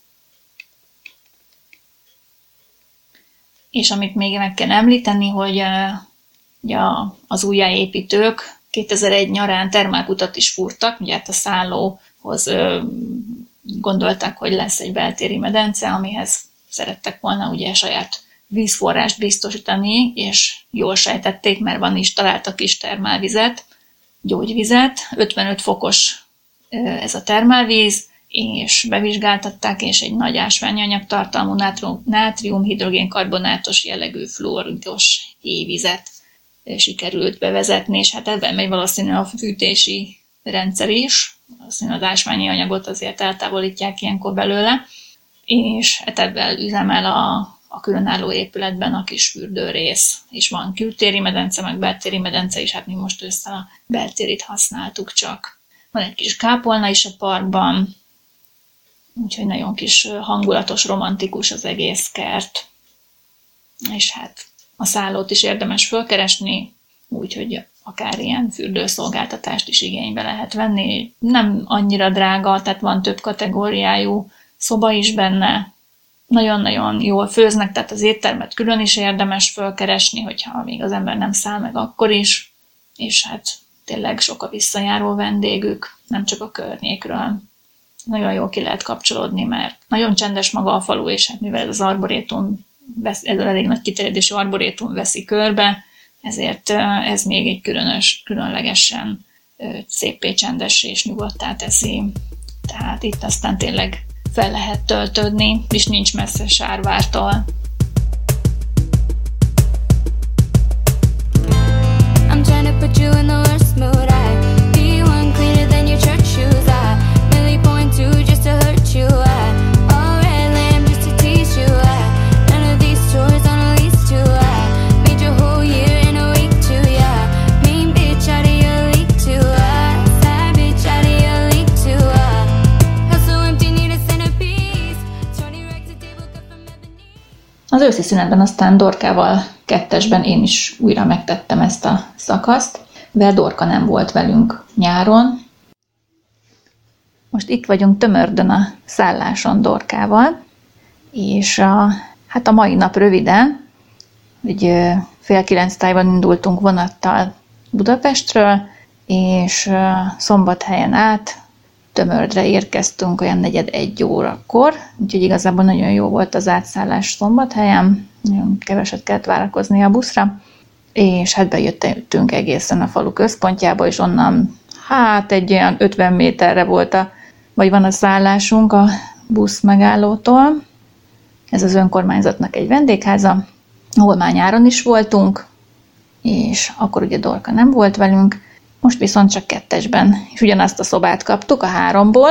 És amit még meg kell említeni, hogy ugye az újjáépítők kétezer-egy nyarán termálkutat is fúrtak, ugye hát a szállóhoz gondolták, hogy lesz egy beltéri medence, amihez szerettek volna ugye saját vízforrást biztosítani, és jól sejtették, mert van is, találtak is termálvizet, gyógyvizet, ötvenöt fokos ez a termálvíz, és bevizsgáltatták, és egy nagy ásványi anyagtartalmú nátrium-hidrogén-karbonátos jellegű fluoridos hévizet sikerült bevezetni, és hát ebben megy valószínűleg a fűtési rendszer is, valószínűleg az ásványi anyagot azért eltávolítják ilyenkor belőle, és hát ebben üzemel a, a különálló épületben a kis fürdőrész, és van kültéri medence, meg beltéri medence is, hát mi most össze a beltérit használtuk csak. Van egy kis kápolna is a parkban, úgyhogy nagyon kis hangulatos, romantikus az egész kert. És hát a szállót is érdemes fölkeresni, úgyhogy akár ilyen fürdőszolgáltatást is igénybe lehet venni. Nem annyira drága, tehát van több kategóriájú szoba is benne. Nagyon-nagyon jól főznek, tehát az éttermet külön is érdemes fölkeresni, hogyha még az ember nem száll meg akkor is. És hát tényleg sok a visszajáró vendégük, nem csak a környékről. Nagyon jól ki lehet kapcsolódni, mert nagyon csendes maga a falu, és hát mivel ez az arborétum, ez elég nagy kiterjedésű arborétum veszi körbe, ezért ez még egy különös, különlegesen szépé, csendes és nyugodtá teszi. Tehát itt aztán tényleg fel lehet töltődni, és nincs messze Sárvártól. I'm trying to put you in the worst mood. I be one cleaner than your church shoes. I really point to just to hurt you. I all red lamb just to tease you. I none of these chores on a lease to. I made your whole year in a week too. Yeah, mean bitch out of your league too. I sad bitch out of your league too. I house so empty, need a centerpiece. Twenty racks a table cut from ebony. Az őszi szünetben aztán Dorkával kettesben én is újra megtettem ezt a szakaszt, mivel Dorka nem volt velünk nyáron. Most itt vagyunk Tömördön a szálláson Dorkával, és a, hát a mai nap röviden, hogy fél kilenc tájban indultunk vonattal Budapestről, és Szombathelyen át Tömördre érkeztünk olyan negyed egy órakor, úgyhogy igazából nagyon jó volt az átszállás Szombathelyen, nagyon keveset kellett várakozni a buszra, és hát bejöttünk egészen a falu központjába, és onnan hát egy olyan ötven méterre volt a, vagy van a szállásunk a busz megállótól, ez az önkormányzatnak egy vendégháza, ahol már nyáron is voltunk, és akkor ugye Dorka nem volt velünk, most viszont csak kettesben, és ugyanazt a szobát kaptuk a háromból,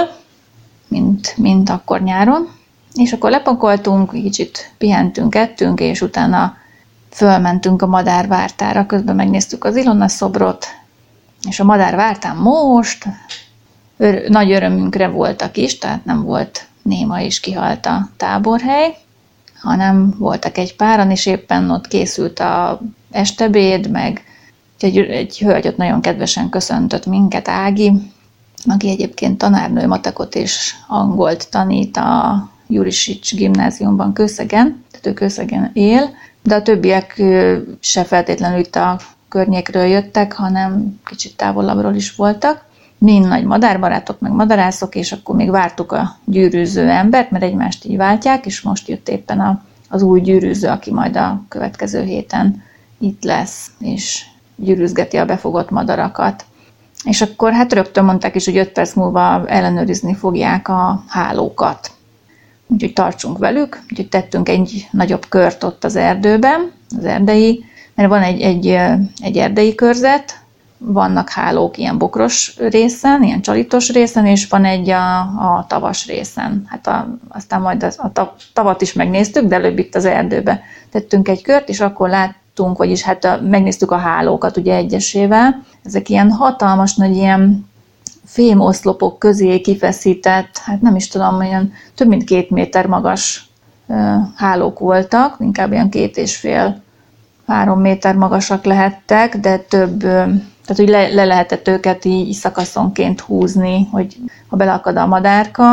mint, mint akkor nyáron, és akkor lepakoltunk, kicsit pihentünk, ettünk, és utána fölmentünk a madárvártára, közben megnéztük az Ilona szobrot, és a madárvártán most ör- nagy örömünkre voltak is, tehát nem volt néma és kihalt a táborhely, hanem voltak egy páran, és éppen ott készült a estebéd, meg egy, egy hölgy ott nagyon kedvesen köszöntött minket, Ági, aki egyébként tanárnő, matekot és angolt tanít a Jurisics gimnáziumban Kőszegen, tehát ő Kőszegen él, de a többiek se feltétlenül itt a környékről jöttek, hanem kicsit távolabbról is voltak. Mind nagy madárbarátok, meg madarászok, és akkor még vártuk a gyűrűző embert, mert egymást így váltják, és most jött éppen a, az új gyűrűző, aki majd a következő héten itt lesz, és gyűrűzgeti a befogott madarakat. És akkor hát rögtön mondták is, hogy öt perc múlva ellenőrizni fogják a hálókat. Úgyhogy tartsunk velük, úgyhogy tettünk egy nagyobb kört ott az erdőben, az erdei, mert van egy, egy, egy erdei körzet, vannak hálók ilyen bokros részen, ilyen csalitos részen, és van egy a, a tavas részen. Hát a, aztán majd az, a tavat is megnéztük, de előbb itt az erdőbe tettünk egy kört, és akkor láttunk, vagyis hát a, megnéztük a hálókat ugye egyesével. Ezek ilyen hatalmas nagy ilyen fémoszlopok közé kifeszített, hát nem is tudom, olyan több mint két méter magas uh, hálók voltak, inkább ilyen két és fél, három méter magasak lehettek, de több, uh, tehát hogy le, le lehetett őket így szakaszonként húzni, hogy ha beleakad a madárka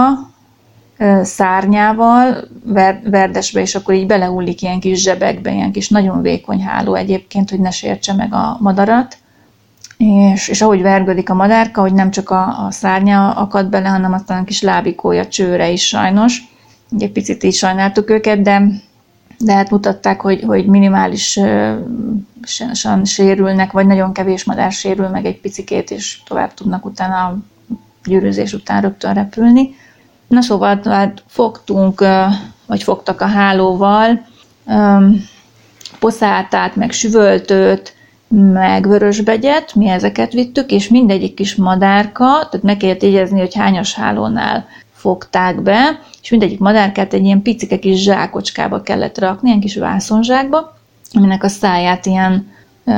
uh, szárnyával ver, verdesbe, és akkor így belehullik ilyen kis zsebekbe, ilyen kis nagyon vékony háló egyébként, hogy ne sértse meg a madarat. És, és ahogy vergődik a madárka, hogy nem csak a, a szárnya akad bele, hanem aztán a kis lábikója, csőre is sajnos. Ugye picit így sajnáltuk őket, de, de hát mutatták, hogy, hogy minimálisan sérülnek, vagy nagyon kevés madár sérül meg egy picikét, és tovább tudnak utána a gyűrűzés után rögtön repülni. Na szóval hát fogtunk, vagy fogtak a hálóval poszátát, meg süvöltőt, meg vörösbegyet, mi ezeket vittük, és mindegyik kis madárka, tehát meg kellett jegyezni, hogy hányas hálónál fogták be, és mindegyik madárkát egy ilyen picike kis zsákocskába kellett rakni, ilyen kis vászonzsákba, aminek a száját ilyen,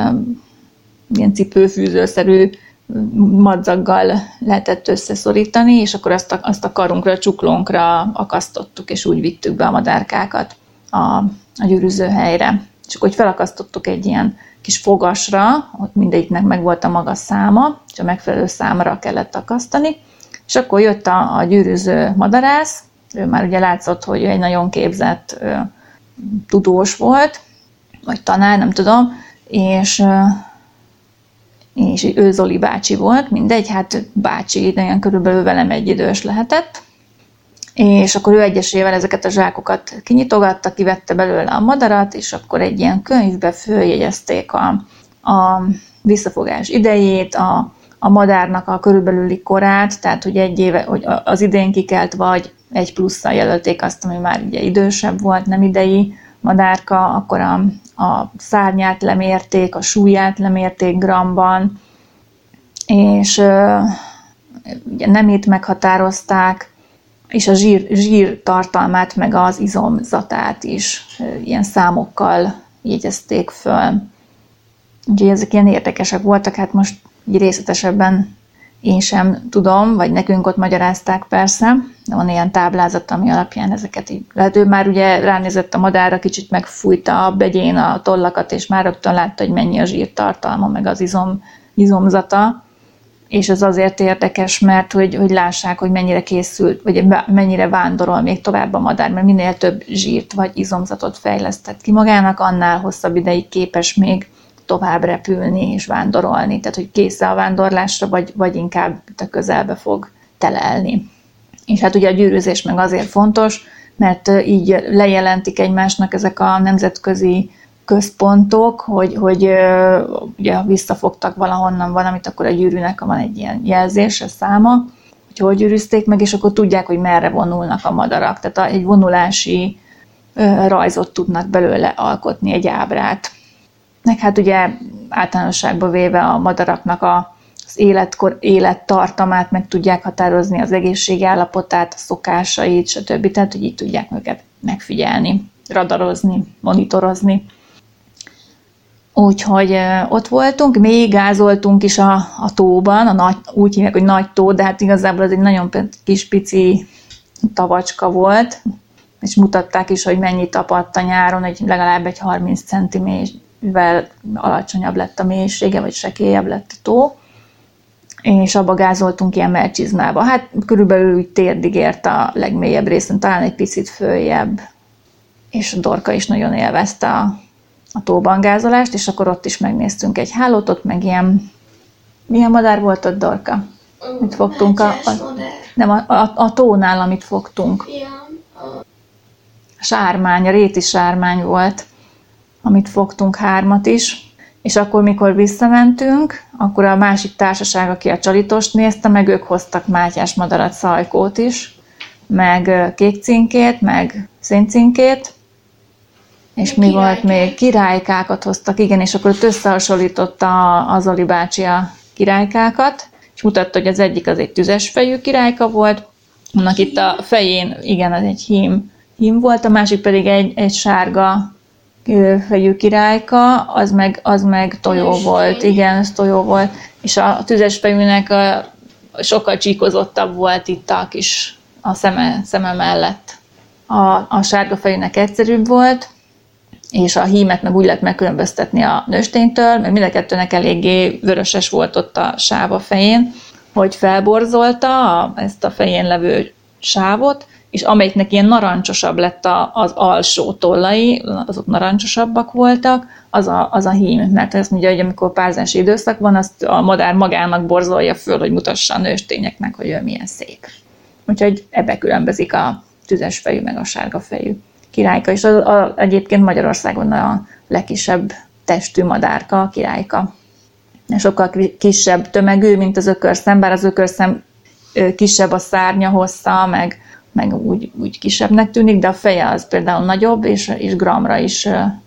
ilyen cipőfűzőszerű madzaggal lehetett összeszorítani, és akkor azt a, azt a karunkra, a csuklónkra akasztottuk, és úgy vittük be a madárkákat a, a gyűrűző helyre. És akkor felakasztottuk egy ilyen kis fogasra, ott mindegyiknek meg volt a maga száma, és a megfelelő számra kellett akasztani, és akkor jött a, a gyűrűző madarász, ő már ugye látszott, hogy ő egy nagyon képzett ö, tudós volt, vagy tanár, nem tudom, és, ö, és ő Zoli bácsi volt, mindegy, hát bácsi, de ilyen körülbelül velem egy idős lehetett, és akkor ő egyesével ezeket a zsákokat kinyitogatta, kivette belőle a madarat, és akkor egy ilyen könyvbe följegyezték a, a visszafogás idejét, a, a madárnak a körülbelüli korát, tehát hogy egy éve, hogy az idén kikelt, vagy egy plusszal jelölték azt, ami már ugye idősebb volt, nem idei madárka, akkor a, a szárnyát lemérték, a súlyát lemérték gramban, és ugye nemét meghatározták, és a zsír, zsír tartalmát, meg az izomzatát is ilyen számokkal jegyezték föl. Úgyhogy ezek ilyen érdekesek voltak, hát most így részletesebben én sem tudom, vagy nekünk ott magyarázták persze, de van ilyen táblázat, ami alapján ezeket így lehet. Ő már ugye ránézett a madárra, kicsit megfújta a begyén a tollakat, és már rögtön látta, hogy mennyi a zsírtartalma, meg az izom, izomzata. És ez azért érdekes, mert hogy, hogy lássák, hogy mennyire készült, vagy mennyire vándorol még tovább a madár, mert minél több zsírt vagy izomzatot fejlesztett ki magának, annál hosszabb ideig képes még tovább repülni és vándorolni. Tehát, hogy kész a vándorlásra, vagy, vagy inkább a közelbe fog telelni. És hát ugye a gyűrűzés meg azért fontos, mert így lejelentik egymásnak ezek a nemzetközi központok, hogy, hogy ugye, ha visszafogtak valahonnan valamit, akkor a gyűrűnek van egy ilyen jelzése, száma, hogy hol gyűrűzték meg, és akkor tudják, hogy merre vonulnak a madarak. Tehát egy vonulási rajzot tudnak belőle alkotni, egy ábrát. Meg hát ugye általánosságban véve a madaraknak a, az életkor, élettartamát meg tudják határozni, az egészségi állapotát, a szokásait, stb. Tehát, hogy így tudják őket megfigyelni, radarozni, monitorozni. Úgyhogy ott voltunk, még gázoltunk is a, a tóban, a nagy, úgy hívják, hogy nagy tó, de hát igazából ez egy nagyon kis pici tavacska volt, és mutatták is, hogy mennyi tapadt a nyáron, hogy legalább egy harminc centiméterrel alacsonyabb lett a mélysége, vagy sekélyebb lett a tó, és abba gázoltunk ilyen mellcsizmába. Hát körülbelül úgy térdig ért a legmélyebb részen, talán egy picit följebb, és a Dorka is nagyon élvezte a, a tóban gázolást, és akkor ott is megnéztünk egy hálót, ott meg ilyen, milyen madár volt ott, Dorka? Mit fogtunk? A, a, nem, a, a, a tónál, amit fogtunk. A sármány, a réti sármány volt, amit fogtunk hármat is, és akkor, mikor visszamentünk, akkor a másik társaság, aki a csalitost nézte, meg ők hoztak mátyás madarat, szajkót is, meg kékcinkét, meg széncinkét, és mi volt még? Királykákat hoztak, igen, és akkor ott összehasonlította az Zoli bácsi a királykákat, és mutatta, hogy az egyik az egy tüzes fejű királyka volt, annak itt a fején, igen, az egy hím, hím volt, a másik pedig egy, egy sárga fejű királyka, az meg, az meg tojó volt, igen, ez tojó volt, és a tüzes fejűnek a, sokkal csíkozottabb volt itt a kis, a szeme, szeme mellett. A, a sárga fejűnek egyszerűbb volt, és a hímet meg úgy lehet megkülönböztetni a nősténytől, mert mind a kettőnek eléggé vöröses volt ott a sáv a fején, hogy felborzolta a, ezt a fején levő sávot, és amelyiknek ilyen narancsosabb lett a, az alsó tollai, azok narancsosabbak voltak, az a, az a hím. Mert azt mondja, hogy amikor párzási időszak van, azt a madár magának borzolja föl, hogy mutassa a nőstényeknek, hogy ő milyen szép. Úgyhogy ebbe különbözik a tüzes fejű meg a sárga fejű királyka. És az, a, egyébként Magyarországon a legkisebb testű madárka, a királyka. Sokkal kisebb tömegű, mint az ökörszem, bár az ökörszem kisebb a szárnya, hossza, meg meg úgy, úgy kisebbnek tűnik, de a feje az például nagyobb, és, és gramra is,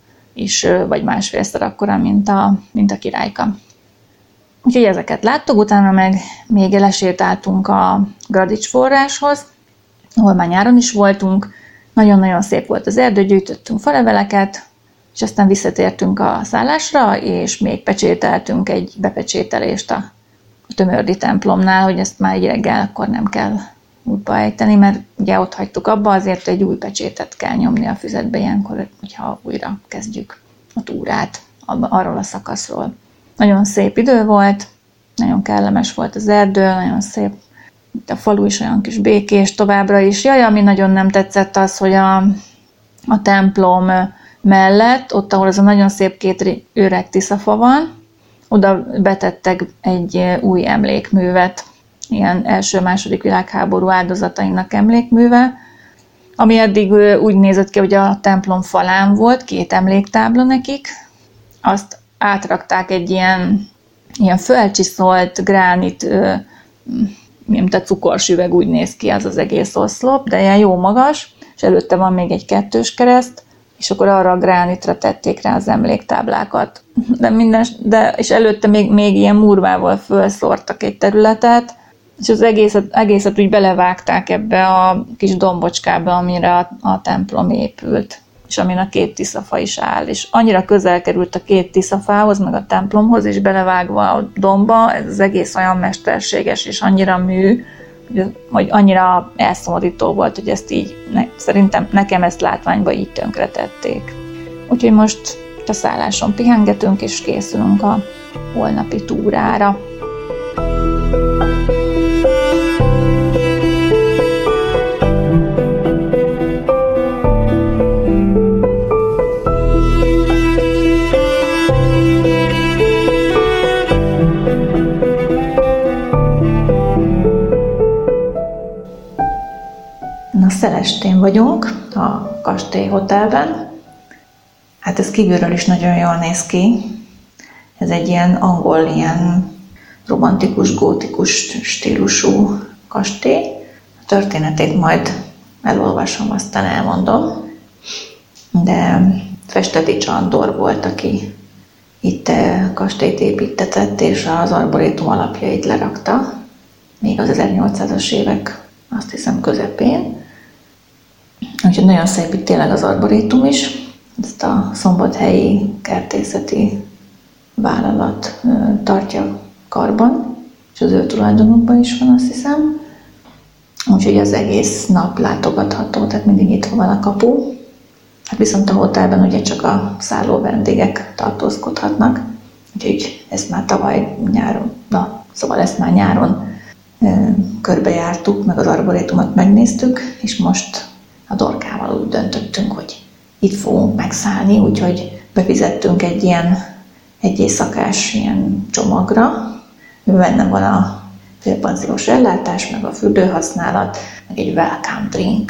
is vagy másfélszer akkora, mint a, mint a királyka. Úgyhogy ezeket láttuk, utána meg még lesétáltunk a Gradics forráshoz, ahol már nyáron is voltunk, nagyon-nagyon szép volt az erdő, gyűjtöttünk faleveleket, és aztán visszatértünk a szállásra, és még pecsételtünk egy bepecsételést a, a Tömördi templomnál, hogy ezt már egy reggel akkor nem kell útba ejteni, mert ugye ott hagytuk abba, azért egy új pecsétet kell nyomni a füzetbe ilyenkor, hogyha újra kezdjük a túrát arról a szakaszról. Nagyon szép idő volt, nagyon kellemes volt az erdő, nagyon szép, a falu is olyan kis békés továbbra is. Jaj, ami nagyon nem tetszett az, hogy a, a templom mellett, ott, ahol az a nagyon szép két öreg tiszafa van, oda betettek egy új emlékművet, ilyen első-második világháború áldozatainak emlékműve, ami eddig úgy nézett ki, hogy a templom falán volt, két emléktábla nekik, azt átrakták egy ilyen, ilyen fölcsiszolt gránit, mint a cukorsüveg, úgy néz ki az az egész oszlop, de ilyen jó magas, és előtte van még egy kettős kereszt, és akkor arra a gránitra tették rá az emléktáblákat. De minden, de, és előtte még, még ilyen murvával felszórtak egy területet, és az egészet, egészet úgy belevágták ebbe a kis dombocskába, amire a, a templom épült, és amin a két tiszafa is áll. És annyira közel került a két tiszafához, meg a templomhoz, és belevágva a domba, ez az egész olyan mesterséges, és annyira mű, hogy annyira elszomorító volt, hogy ezt így, ne, szerintem nekem ezt látványba így tönkretették. Úgyhogy most a szálláson pihengetünk, és készülünk a holnapi túrára. Na, Szelestén vagyunk, a Kastély Hotelben. Hát ez kívülről is nagyon jól néz ki. Ez egy ilyen angol, ilyen romantikus, gótikus stílusú kastély. A történetét majd elolvasom, aztán elmondom. de Festetics Andor volt, aki itt kastélyt építetett, és az arborétum alapjait lerakta, még az ezernyolcszázas évek, azt hiszem, közepén. Úgyhogy nagyon szép itt tényleg az arborétum is. Ezt a szombathelyi kertészeti vállalat tartja karban, és az ő tulajdonukban is van, azt hiszem. Úgyhogy az egész nap látogatható, tehát mindig nyitva van a kapu. Hát viszont a hotelben ugye csak a szálló vendégek tartózkodhatnak, úgyhogy ezt már tavaly nyáron, na, szóval ezt már nyáron e, körbejártuk, meg az arborétumot megnéztük, és most a Dorkával úgy döntöttünk, hogy itt fogunk megszállni, úgyhogy befizettünk egy ilyen egy éjszakás ilyen csomagra, benne van a félpanziós ellátás, meg a fürdőhasználat, meg egy welcome drink.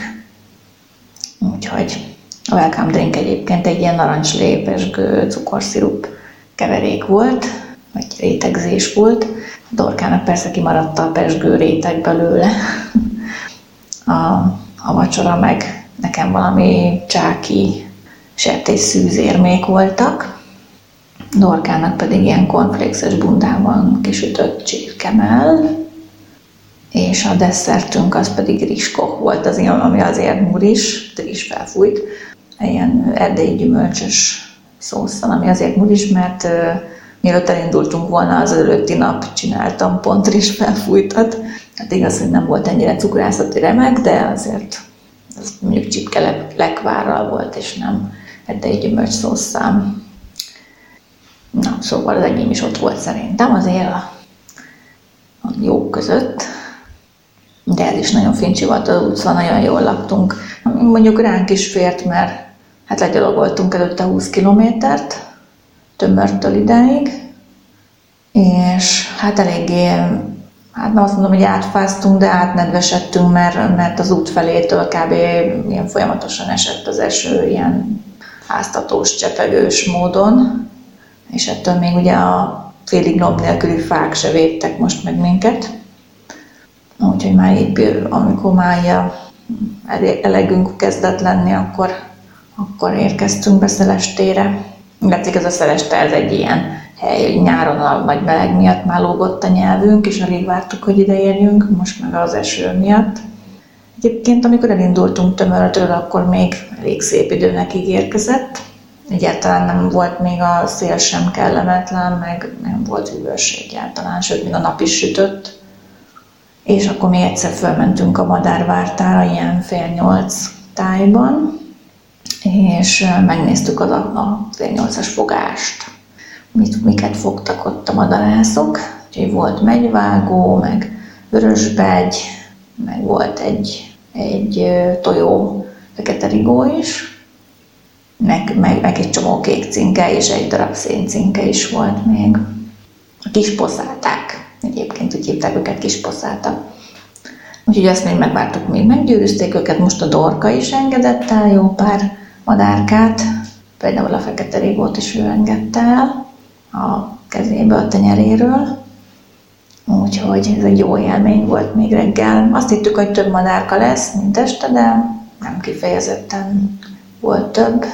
Úgyhogy a welcome drink egyébként egy ilyen narancslé, pezsgő, cukorszirup keverék volt, vagy rétegzés volt. A Dorkának persze kimaradt a pezsgő réteg belőle. A, a vacsora meg nekem valami csáki sertésszűzérmék voltak. Dorkának pedig ilyen cornflakes-es bundában kisütött csirkemell, és a desszertünk az pedig rizskoch volt, az ilyen, ami azért muris, de is felfújt, ilyen erdélyi gyümölcsös szószal, ami azért muris, mert uh, mielőtt elindultunk volna, az előtti nap csináltam pont rizs felfújtat. Hát igaz, hogy nem volt ennyire cukrászati remek, de azért az mondjuk csipke lekvárral volt, és nem erdélyi gyümölcs szószal. Na, szóval az enyém is ott volt szerintem, azért a, a jók között. De ez is nagyon fincsi volt az utca, nagyon jól laktunk. Mondjuk ránk is fért, mert hát legyalogoltunk előtte húsz kilométert, Tömörtől idáig, és hát eléggé, hát nem azt mondom, hogy átfáztunk, de átnedvesedtünk, mert, mert az út felétől kb. Ilyen folyamatosan esett az eső, ilyen áztatós, csepegős módon, és ettől még ugye a félig lombk nélküli fák se védtek most meg minket. Úgyhogy már épp, amikor már elegünk kezdett lenni, akkor, akkor érkeztünk be Szelestére. Illetve ez a Szeleste, ez egy ilyen hely, hogy nyáron a nagy meleg miatt már lógott a nyelvünk, és alig vártuk, hogy ide érjünk, most meg az eső miatt. Egyébként, amikor elindultunk Tömörtől, akkor még elég szép időnek ígérkezett. Egyáltalán nem volt még a szél sem kellemetlen, meg nem volt hűvös egyáltalán, sőt, még a nap is sütött. És akkor még egyszer fölmentünk a Madárvártára, ilyen fél nyolc tájban, és megnéztük az a, a fél nyolcas fogást, mit, miket fogtak ott a madarászok. Úgyhogy volt megyvágó, meg vörösbegy, meg volt egy, egy tojó fekete rigó is, meg, meg, meg egy csomó kék cinke, és egy darab széncinke is volt még. A kisposzáták. Egyébként úgy hívták őket, kisposzáta. Úgyhogy ezt még megvártuk, még meggyőzték őket, most a Dorka is engedett el jó pár madárkát, például a fekete rigót is ő engedte el a kezébe, a tenyeréről. Úgyhogy ez egy jó élmény volt még reggel. Azt hittük, hogy több madárka lesz, mint este, de nem kifejezetten volt több.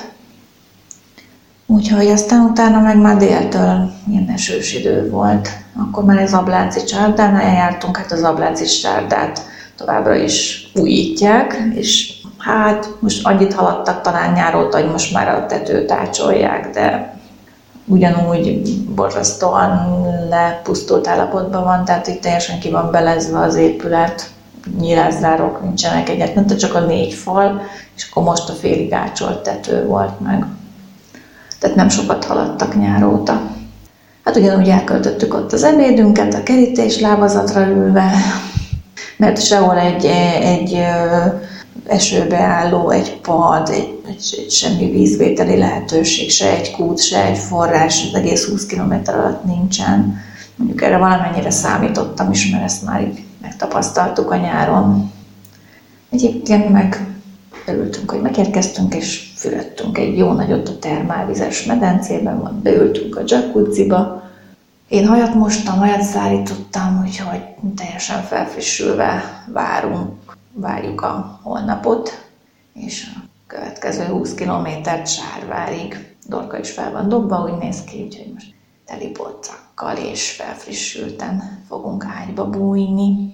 Úgyhogy aztán utána meg már déltől ilyen esős idő volt. Akkor már az Abláci csárdánál jártunk, hát az Abláci csárdát továbbra is újítják, és hát most annyit haladtak talán nyáróta, hogy most már a tetőt ácsolják, de ugyanúgy borzasztóan lepusztult állapotban van, tehát itt teljesen ki van belezve az épület, nyilászárok nincsenek egyáltalán, csak a négy fal, és akkor most a félig ácsolt tető volt meg. Tehát nem sokat haladtak nyáróta. Hát ugyanúgy elköltöttük ott az ebédünket, a kerítés lábazatra ülve, mert sehol egy, egy esőbe álló, egy pad, egy, egy, egy semmi vízvételi lehetőség, se egy kút, se egy forrás, az egész húsz kilométer alatt nincsen. Mondjuk erre valamennyire számítottam is, mert ezt már így megtapasztaltuk a nyáron. Egyébként meg örültünk, hogy megérkeztünk, és fürödtünk egy jó nagyot a termálvizes medencében, beültünk a jacuzziba. Én hajat mostam, hajat szárítottam, úgyhogy teljesen felfrissülve várunk, várjuk a holnapot, és következő húsz kilométert Sárvárig. Dorka is fel van dobva, úgy néz ki, úgyhogy most teli polcakkal és felfrissülten fogunk ágyba bújni.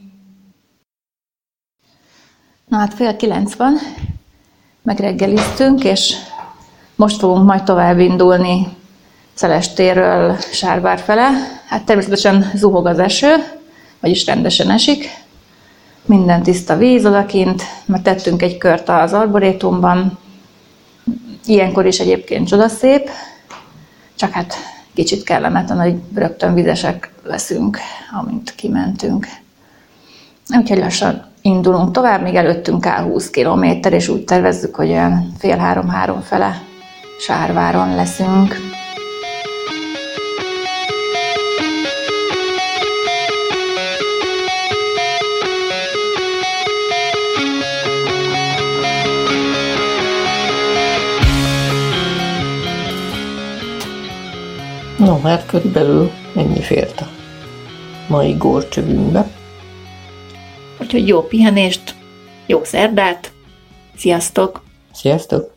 Na hát fél kilenc van, megreggeliztünk, és most fogunk majd tovább indulni Szelestérről Sárvár fele. Hát természetesen zuhog az eső, vagyis rendesen esik. Minden tiszta víz odakint, mert tettünk egy kört az arborétumban. Ilyenkor is egyébként csodaszép, csak hát kicsit kellemetlen, hogy rögtön vizesek leszünk, amint kimentünk. Úgyhogy lassan indulunk tovább, még előttünk áll húsz kilométer, és úgy tervezzük, hogy olyan fél három-három fele Sárváron leszünk. No, hát körülbelül ennyi fért a mai górcsövünkbe. Úgyhogy jó pihenést, jó szerdát, sziasztok! Sziasztok!